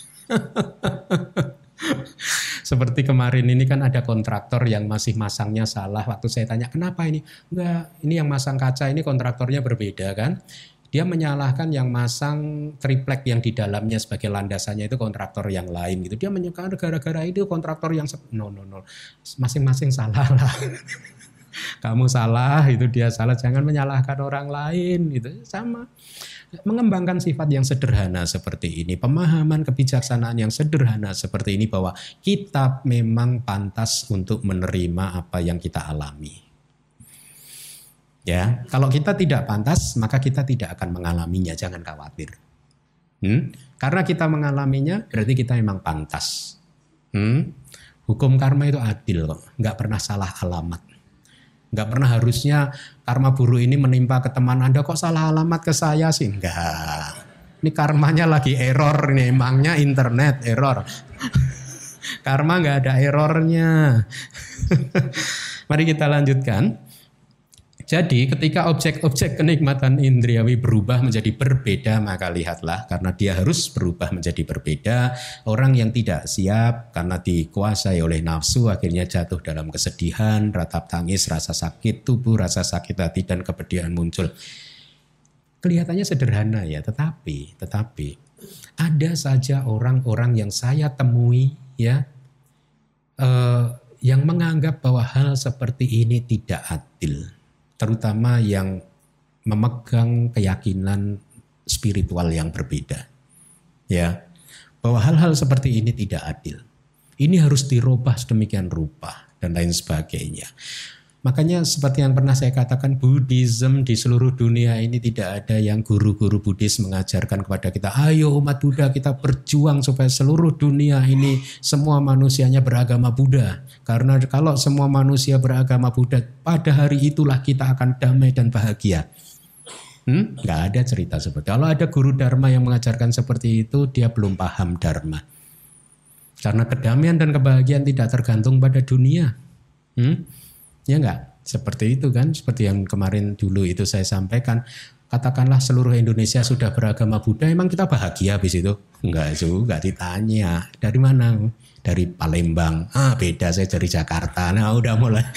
Seperti kemarin ini kan ada kontraktor yang masih masangnya salah. Waktu saya tanya kenapa ini? Enggak, ini yang masang kaca ini kontraktornya berbeda kan. Dia menyalahkan yang masang triplek yang di dalamnya sebagai landasannya itu kontraktor yang lain gitu. Dia menyalahkan gara-gara itu kontraktor yang no. Masing-masing salah lah. Kamu salah, itu dia salah. Jangan menyalahkan orang lain gitu. Sama. Mengembangkan sifat yang sederhana seperti ini, pemahaman kebijaksanaan yang sederhana seperti ini, bahwa kita memang pantas untuk menerima apa yang kita alami. Ya, kalau kita tidak pantas, maka kita tidak akan mengalaminya. Jangan khawatir. Karena kita mengalaminya, berarti kita memang pantas. Hukum karma itu adil kok, nggak pernah salah alamat. Nggak pernah harusnya karma buruk ini menimpa ke teman Anda, kok salah alamat ke saya sih? Enggak. Ini karmanya lagi error nih, emangnya internet error. Karma nggak ada errornya. Mari kita lanjutkan. Jadi ketika objek-objek kenikmatan indriawi berubah menjadi berbeda, maka lihatlah karena dia harus berubah menjadi berbeda. Orang yang tidak siap karena dikuasai oleh nafsu akhirnya jatuh dalam kesedihan, ratap tangis, rasa sakit tubuh, rasa sakit hati dan kepedihan muncul. Kelihatannya sederhana ya, tetapi ada saja orang-orang yang saya temui ya yang menganggap bahwa hal seperti ini tidak adil. Terutama yang memegang keyakinan spiritual yang berbeda. Ya, bahwa hal-hal seperti ini tidak adil. Ini harus dirubah sedemikian rupa dan lain sebagainya. Makanya seperti yang pernah saya katakan, Buddhism di seluruh dunia ini tidak ada yang guru-guru Buddhis mengajarkan kepada kita, ayo umat Buddha kita berjuang supaya seluruh dunia ini semua manusianya beragama Buddha. Karena kalau semua manusia beragama Buddha, pada hari itulah kita akan damai dan bahagia. Nggak ada cerita seperti itu. Kalau ada guru Dharma yang mengajarkan seperti itu, dia belum paham Dharma. Karena kedamaian dan kebahagiaan tidak tergantung pada dunia. Ya enggak? Seperti itu kan, seperti yang kemarin dulu itu saya sampaikan. Katakanlah seluruh Indonesia sudah beragama Buddha, emang kita bahagia habis itu? Enggak juga, ditanya. Dari mana? Dari Palembang. Beda, saya dari Jakarta. Nah udah mulai.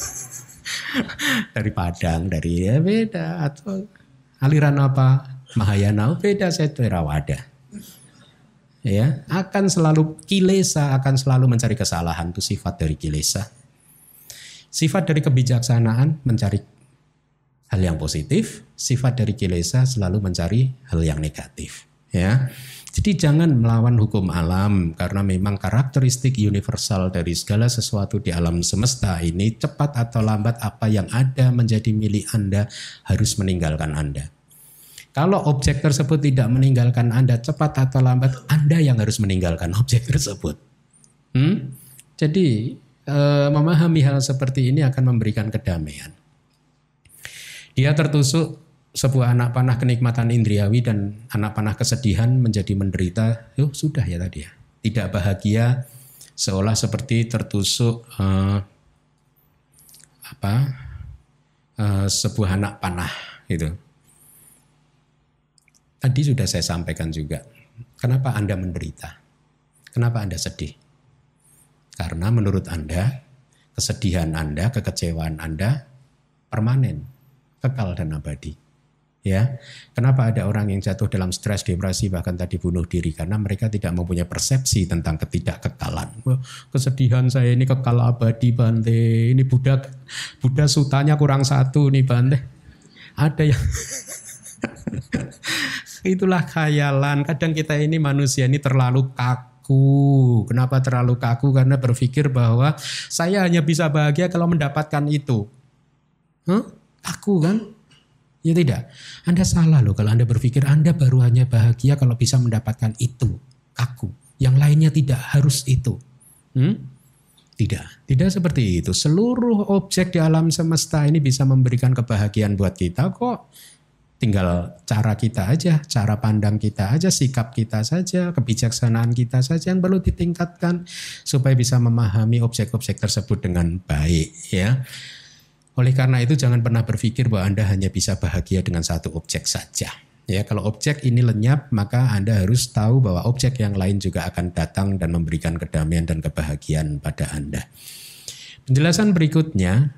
Dari Padang, dari ya beda. Atau aliran apa? Mahayana, beda, saya Theravada. Ya, akan selalu kilesa, akan selalu mencari kesalahan, itu sifat dari kilesa. Sifat dari kebijaksanaan mencari hal yang positif, sifat dari kilesa selalu mencari hal yang negatif. Ya, jadi jangan melawan hukum alam karena memang karakteristik universal dari segala sesuatu di alam semesta ini cepat atau lambat apa yang ada menjadi milik Anda harus meninggalkan Anda. Kalau objek tersebut tidak meninggalkan Anda cepat atau lambat Anda yang harus meninggalkan objek tersebut. Jadi memahami hal seperti ini akan memberikan kedamaian. Dia tertusuk sebuah anak panah kenikmatan indriawi dan anak panah kesedihan menjadi menderita. Sudah ya tadi ya. Tidak bahagia seolah seperti tertusuk sebuah anak panah itu. Tadi sudah saya sampaikan juga. Kenapa Anda menderita? Kenapa Anda sedih? Karena menurut Anda, kesedihan Anda, kekecewaan Anda permanen, kekal dan abadi. Ya, kenapa ada orang yang jatuh dalam stres, depresi, bahkan tadi bunuh diri? Karena mereka tidak mempunyai persepsi tentang ketidakkekalan. Kesedihan saya ini kekal abadi, Bante. Ini Buddha sutanya kurang satu nih, Bante. Ada yang itulah khayalan. Kadang kita ini manusia ini terlalu kaku. Kenapa terlalu kaku? Karena berpikir bahwa saya hanya bisa bahagia kalau mendapatkan itu. Kaku kan? Ya tidak. Anda salah loh kalau Anda berpikir Anda baru hanya bahagia kalau bisa mendapatkan itu. Kaku. Yang lainnya tidak harus itu. Tidak seperti itu. Seluruh objek di alam semesta ini bisa memberikan kebahagiaan buat kita kok. Tinggal cara kita aja, cara pandang kita aja, sikap kita saja, kebijaksanaan kita saja yang perlu ditingkatkan supaya bisa memahami objek-objek tersebut dengan baik, ya. Oleh karena itu jangan pernah berpikir bahwa Anda hanya bisa bahagia dengan satu objek saja. Ya, kalau objek ini lenyap, maka Anda harus tahu bahwa objek yang lain juga akan datang dan memberikan kedamaian dan kebahagiaan pada Anda. Penjelasan berikutnya,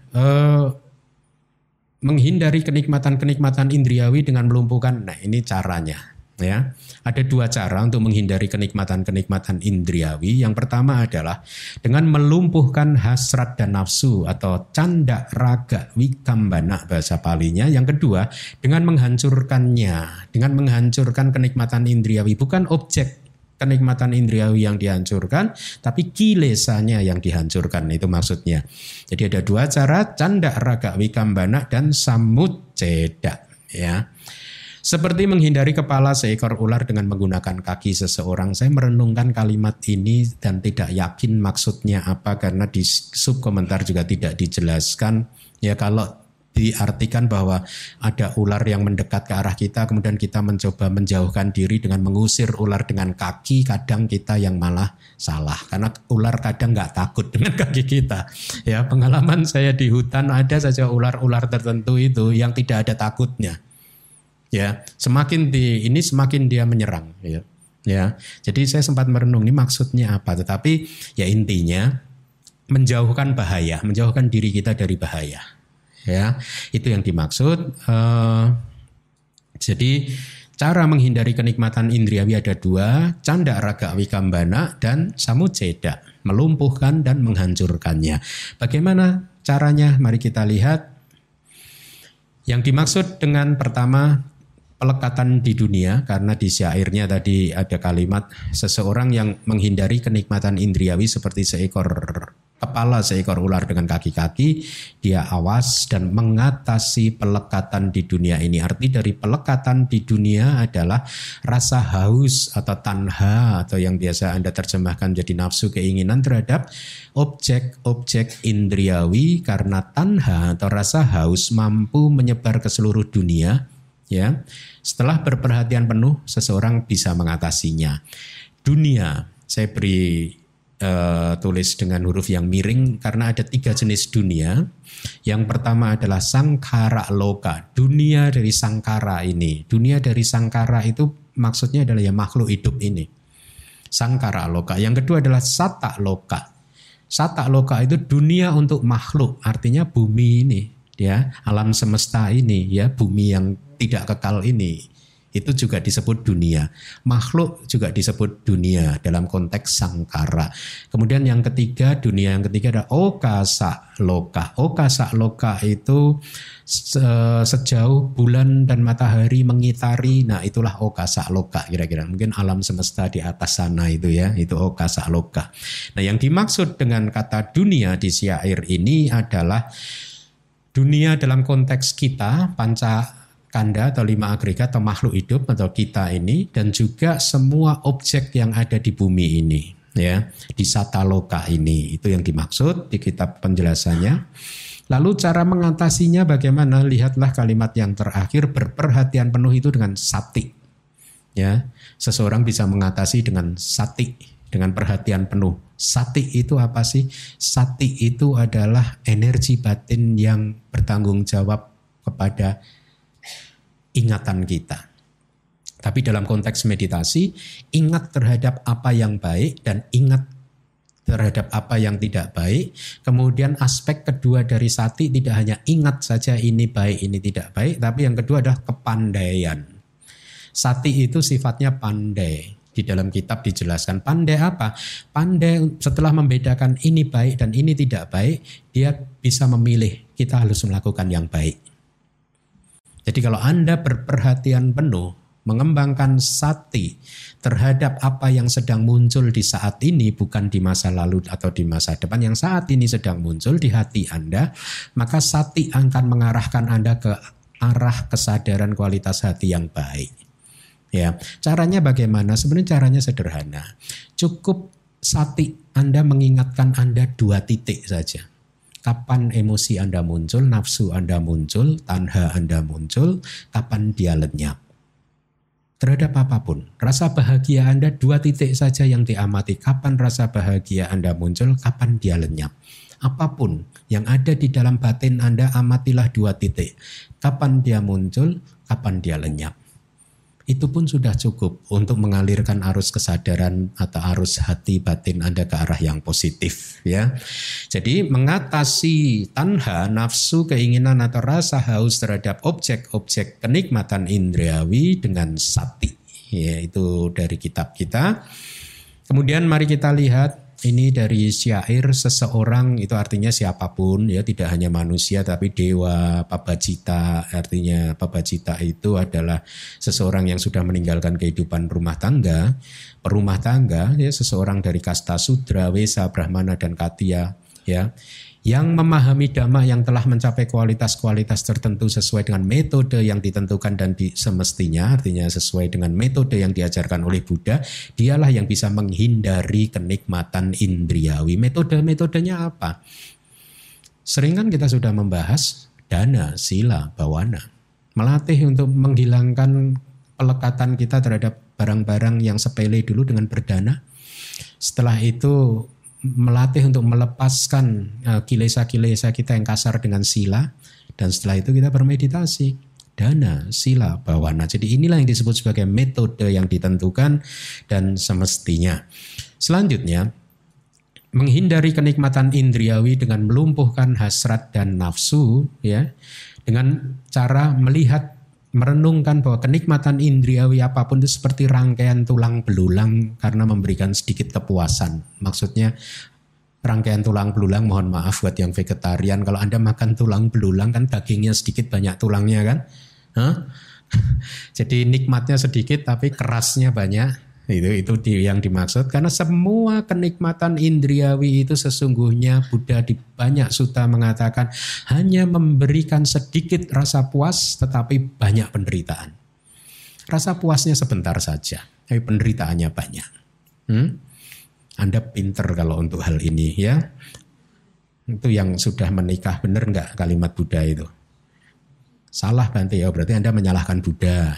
menghindari kenikmatan-kenikmatan indriawi dengan melumpuhkan. Nah, ini caranya, ya. Ada dua cara untuk menghindari kenikmatan-kenikmatan indriawi. Yang pertama adalah dengan melumpuhkan hasrat dan nafsu atau canda raga wikambana bahasa Palinya. Yang kedua, dengan menghancurkannya, dengan menghancurkan kenikmatan indriawi, bukan objek kenikmatan indriawi yang dihancurkan, tapi kilesanya yang dihancurkan, itu maksudnya. Jadi ada dua cara, canda raga wikambana dan samucceda, ya. Seperti menghindari kepala seekor ular dengan menggunakan kaki seseorang. Saya merenungkan kalimat ini dan tidak yakin maksudnya apa, karena di subkomentar juga tidak dijelaskan. Ya, kalau diartikan bahwa ada ular yang mendekat ke arah kita, kemudian kita mencoba menjauhkan diri dengan mengusir ular dengan kaki, kadang kita yang malah salah, karena ular kadang nggak takut dengan kaki kita. Ya, pengalaman saya di hutan, ada saja ular-ular tertentu itu yang tidak ada takutnya. Ya, semakin dia menyerang. Ya, jadi saya sempat merenung ini maksudnya apa, tetapi ya intinya menjauhkan bahaya, menjauhkan diri kita dari bahaya. Ya, itu yang dimaksud. Jadi cara menghindari kenikmatan indriawi ada dua, canda raga wikambana dan samucceda, melumpuhkan dan menghancurkannya. Bagaimana caranya? Mari kita lihat. Yang dimaksud dengan pertama, pelekatan di dunia, karena di syairnya tadi ada kalimat seseorang yang menghindari kenikmatan indriawi seperti kepala seekor ular dengan kaki-kaki, dia awas dan mengatasi pelekatan di dunia ini. Arti dari pelekatan di dunia adalah rasa haus atau tanha, atau yang biasa Anda terjemahkan jadi nafsu, keinginan terhadap objek-objek indriawi, karena tanha atau rasa haus mampu menyebar ke seluruh dunia. Ya, setelah berperhatian penuh seseorang bisa mengatasinya. Dunia, saya beri tulis dengan huruf yang miring karena ada 3 jenis dunia. Yang pertama adalah sangkara loka, dunia dari sangkara ini. Dunia dari sangkara itu maksudnya adalah ya makhluk hidup ini. Sangkara loka. Yang kedua adalah sata loka. Sata loka itu dunia untuk makhluk, artinya bumi ini, ya, alam semesta ini, ya, bumi yang tidak kekal ini. Itu juga disebut dunia. Makhluk juga disebut dunia dalam konteks sangkara. Kemudian yang ketiga, dunia yang ketiga adalah okasa loka. Okasa loka itu sejauh bulan dan matahari mengitari. Nah, itulah okasa loka kira-kira. Mungkin alam semesta di atas sana itu, ya. Itu okasa loka. Nah, yang dimaksud dengan kata dunia di syair ini adalah dunia dalam konteks kita, panca kanda atau 5 agregat atau makhluk hidup atau kita ini, dan juga semua objek yang ada di bumi ini, ya, di sataloka ini. Itu yang dimaksud di kitab penjelasannya. Lalu cara mengatasinya bagaimana? Lihatlah kalimat yang terakhir, berperhatian penuh itu dengan sati. Ya, seseorang bisa mengatasi dengan sati, dengan perhatian penuh. Sati itu apa sih? Sati itu adalah energi batin yang bertanggung jawab kepada ingatan kita. Tapi dalam konteks meditasi, ingat terhadap apa yang baik dan ingat terhadap apa yang tidak baik. Kemudian aspek kedua dari sati tidak hanya ingat saja ini baik, ini tidak baik, tapi yang kedua adalah kepandaian. Sati itu sifatnya pandai. Di dalam kitab dijelaskan pandai apa? Pandai setelah membedakan ini baik dan ini tidak baik, dia bisa memilih kita harus melakukan yang baik. Jadi kalau Anda berperhatian penuh, mengembangkan sati terhadap apa yang sedang muncul di saat ini, bukan di masa lalu atau di masa depan, yang saat ini sedang muncul di hati Anda, maka sati akan mengarahkan Anda ke arah kesadaran kualitas hati yang baik. Ya, caranya bagaimana? Sebenarnya caranya sederhana. Cukup sati Anda mengingatkan Anda 2 titik saja. Kapan emosi Anda muncul, nafsu Anda muncul, tanha Anda muncul, kapan dia lenyap. Terhadap apapun, rasa bahagia Anda 2 titik saja yang diamati. Kapan rasa bahagia Anda muncul, kapan dia lenyap. Apapun yang ada di dalam batin Anda, amatilah 2 titik. Kapan dia muncul, kapan dia lenyap. Itu pun sudah cukup untuk mengalirkan arus kesadaran atau arus hati batin Anda ke arah yang positif, ya. Jadi mengatasi tanha, nafsu, keinginan atau rasa haus terhadap objek-objek kenikmatan indriawi dengan sati, ya, itu dari kitab kita. Kemudian mari kita lihat ini dari syair seseorang, itu artinya siapapun ya, tidak hanya manusia tapi dewa, pabacita. Artinya pabacita itu adalah seseorang yang sudah meninggalkan kehidupan rumah tangga, perumah tangga ya, seseorang dari kasta Sudra, Wesa, Brahmana dan Katya ya, yang memahami dhamma, yang telah mencapai kualitas-kualitas tertentu sesuai dengan metode yang ditentukan dan semestinya, artinya sesuai dengan metode yang diajarkan oleh Buddha, dialah yang bisa menghindari kenikmatan indriawi. Metode-metodenya apa? Sering kan kita sudah membahas dana, sila, bawana. Melatih untuk menghilangkan pelekatan kita terhadap barang-barang yang sepele dulu dengan berdana. Setelah itu melatih untuk melepaskan kilesa-kilesa kita yang kasar dengan sila, dan setelah itu kita bermeditasi, dana, sila, bawana. Jadi inilah yang disebut sebagai metode yang ditentukan dan semestinya. Selanjutnya, menghindari kenikmatan indriawi dengan melumpuhkan hasrat dan nafsu ya, dengan cara melihat, merenungkan bahwa kenikmatan indriawi apapun itu seperti rangkaian tulang belulang karena memberikan sedikit kepuasan. Maksudnya rangkaian tulang belulang, mohon maaf buat yang vegetarian, kalau Anda makan tulang belulang kan dagingnya sedikit banyak tulangnya kan. Jadi nikmatnya sedikit tapi kerasnya banyak. Itu yang dimaksud, karena semua kenikmatan indriawi itu sesungguhnya Buddha di banyak sutta mengatakan hanya memberikan sedikit rasa puas tetapi banyak penderitaan. Rasa puasnya sebentar saja tapi penderitaannya banyak. Anda pinter kalau untuk hal ini ya. Itu yang sudah menikah, benar enggak kalimat Buddha itu? Salah Bante ya, berarti Anda menyalahkan Buddha.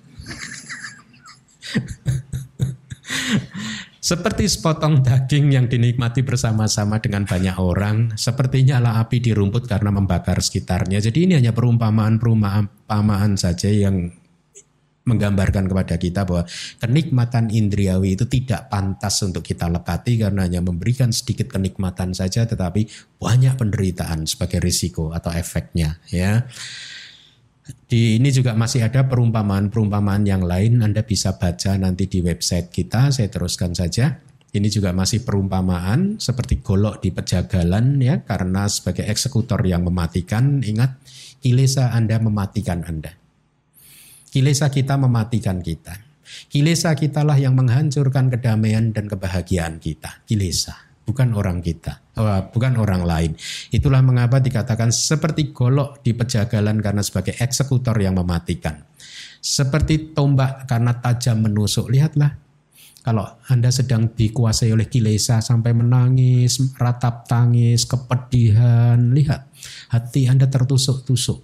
Seperti sepotong daging yang dinikmati bersama-sama dengan banyak orang, seperti nyala api di rumput karena membakar sekitarnya. Jadi ini hanya perumpamaan saja yang menggambarkan kepada kita bahwa kenikmatan indriawi itu tidak pantas untuk kita lekati karena hanya memberikan sedikit kenikmatan saja tetapi banyak penderitaan sebagai risiko atau efeknya ya. Di ini juga masih ada perumpamaan-perumpamaan yang lain, Anda bisa baca nanti di website kita, saya teruskan saja. Ini juga masih perumpamaan seperti golok di pejagalan ya, karena sebagai eksekutor yang mematikan, ingat kilesa Anda mematikan Anda. Kilesa kita mematikan kita. Kilesa kitalah yang menghancurkan kedamaian dan kebahagiaan kita. Kilesa. Bukan orang kita, bukan orang lain. Itulah mengapa dikatakan seperti golok di pejagalan karena sebagai eksekutor yang mematikan. Seperti tombak karena tajam menusuk. Lihatlah, kalau Anda sedang dikuasai oleh kilesa sampai menangis, ratap tangis, kepedihan, lihat hati Anda tertusuk-tusuk.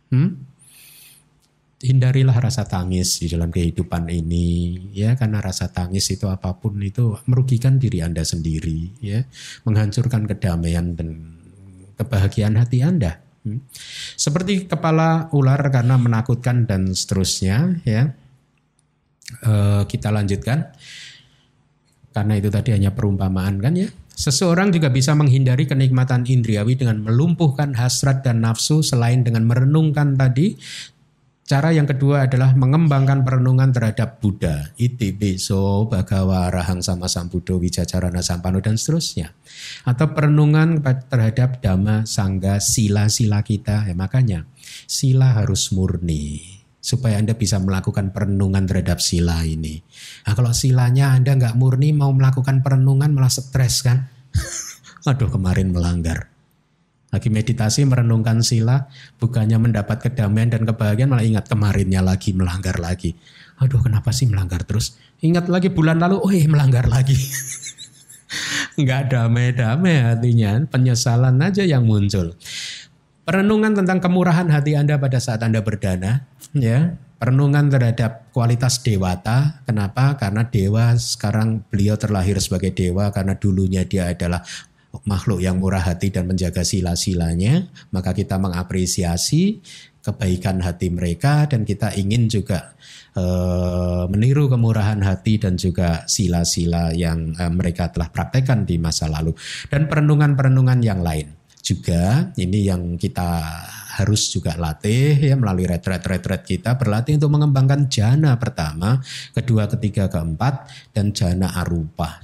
Hindarilah rasa tangis di dalam kehidupan ini ya, karena rasa tangis itu apapun itu merugikan diri Anda sendiri ya, menghancurkan kedamaian dan kebahagiaan hati Anda. Seperti kepala ular karena menakutkan dan seterusnya ya. Kita lanjutkan karena itu tadi hanya perumpamaan kan ya. Seseorang juga bisa menghindari kenikmatan indriawi dengan melumpuhkan hasrat dan nafsu selain dengan merenungkan tadi. Cara yang kedua adalah mengembangkan perenungan terhadap Buddha, Iti Piso, Bhagawa, Arahang Sama Sambuddho, Wijacarana Sampano dan seterusnya. Atau perenungan terhadap Dhamma, Sangga, sila-sila kita. Ya, makanya sila harus murni supaya Anda bisa melakukan perenungan terhadap sila ini. Nah, kalau silanya Anda nggak murni mau melakukan perenungan malah stres kan? Aduh kemarin melanggar. Lagi meditasi merenungkan sila, bukannya mendapat kedamaian dan kebahagiaan malah ingat kemarinnya lagi melanggar lagi. Aduh kenapa sih melanggar terus? Ingat lagi bulan lalu, melanggar lagi. Enggak damai-damai hatinya, penyesalan aja yang muncul. Perenungan tentang kemurahan hati Anda pada saat Anda berdana, ya. Perenungan terhadap kualitas dewata. Kenapa? Karena dewa sekarang beliau terlahir sebagai dewa karena dulunya dia adalah makhluk yang murah hati dan menjaga sila-silanya, maka kita mengapresiasi kebaikan hati mereka dan kita ingin juga meniru kemurahan hati dan juga sila-sila yang mereka telah praktekkan di masa lalu. Dan perenungan-perenungan yang lain juga ini yang kita harus juga latih ya, melalui retret kita berlatih untuk mengembangkan jana pertama, kedua, ketiga, keempat dan jana arupa.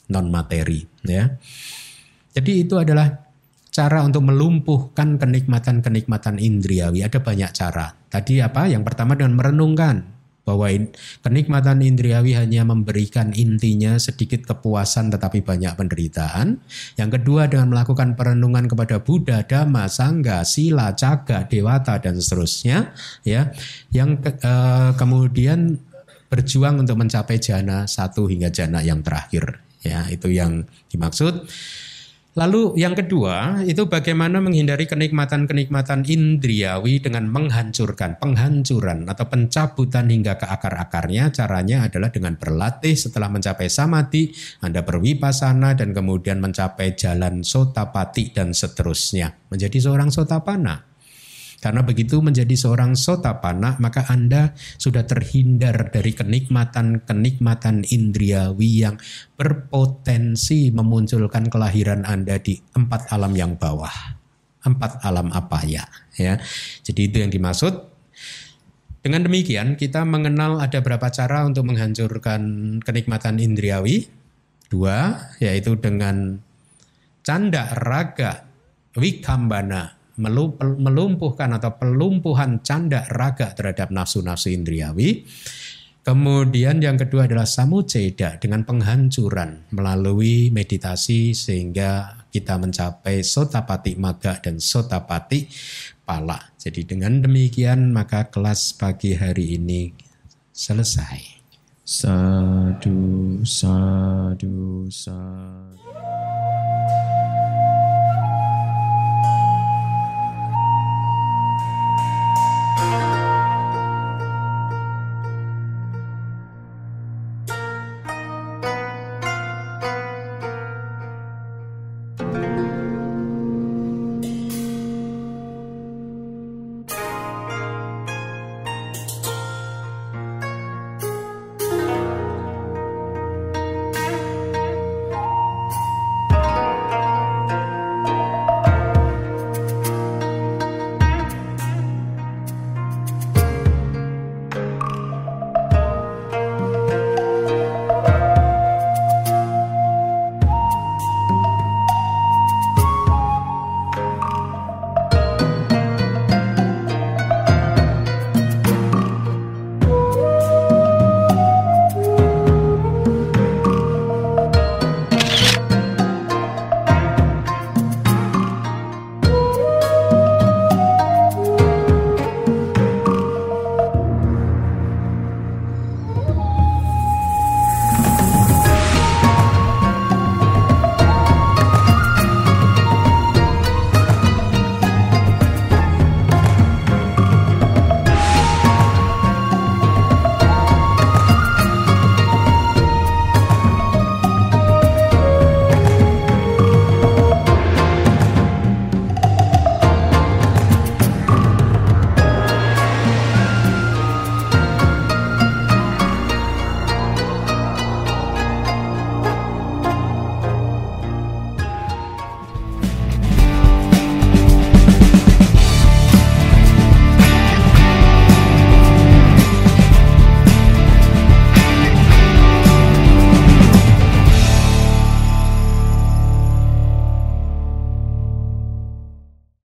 non materi, ya. Jadi itu adalah cara untuk melumpuhkan kenikmatan-kenikmatan indriawi. Ada banyak cara. Tadi apa? Yang pertama dengan merenungkan bahwa kenikmatan indriawi hanya memberikan intinya sedikit kepuasan tetapi banyak penderitaan. Yang kedua dengan melakukan perenungan kepada Buddha, Dhamma, Sangha, Sila, Caga, Dewata dan seterusnya, ya. Yang kemudian berjuang untuk mencapai jana 1 hingga jana yang terakhir, ya. Itu yang dimaksud. Lalu yang kedua itu bagaimana menghindari kenikmatan-kenikmatan indriawi dengan penghancuran atau pencabutan hingga ke akar-akarnya. Caranya adalah dengan berlatih setelah mencapai samadhi, Anda berwipasana dan kemudian mencapai jalan sotapati dan seterusnya. Menjadi seorang sotapana. Karena begitu menjadi seorang sotapana maka Anda sudah terhindar dari kenikmatan-kenikmatan indriawi yang berpotensi memunculkan kelahiran Anda di 4 alam yang bawah. 4 alam apaya, ya. Jadi itu yang dimaksud. Dengan demikian kita mengenal ada berapa cara untuk menghancurkan kenikmatan indriawi. 2, yaitu dengan canda raga wikambana, melumpuhkan atau pelumpuhan canda raga terhadap nafsu-nafsu indriawi. Kemudian yang kedua adalah samuceda dengan penghancuran melalui meditasi sehingga kita mencapai sotapati magga dan sotapati pala. Jadi dengan demikian maka kelas pagi hari ini selesai. Sadhu, sadhu, sadhu.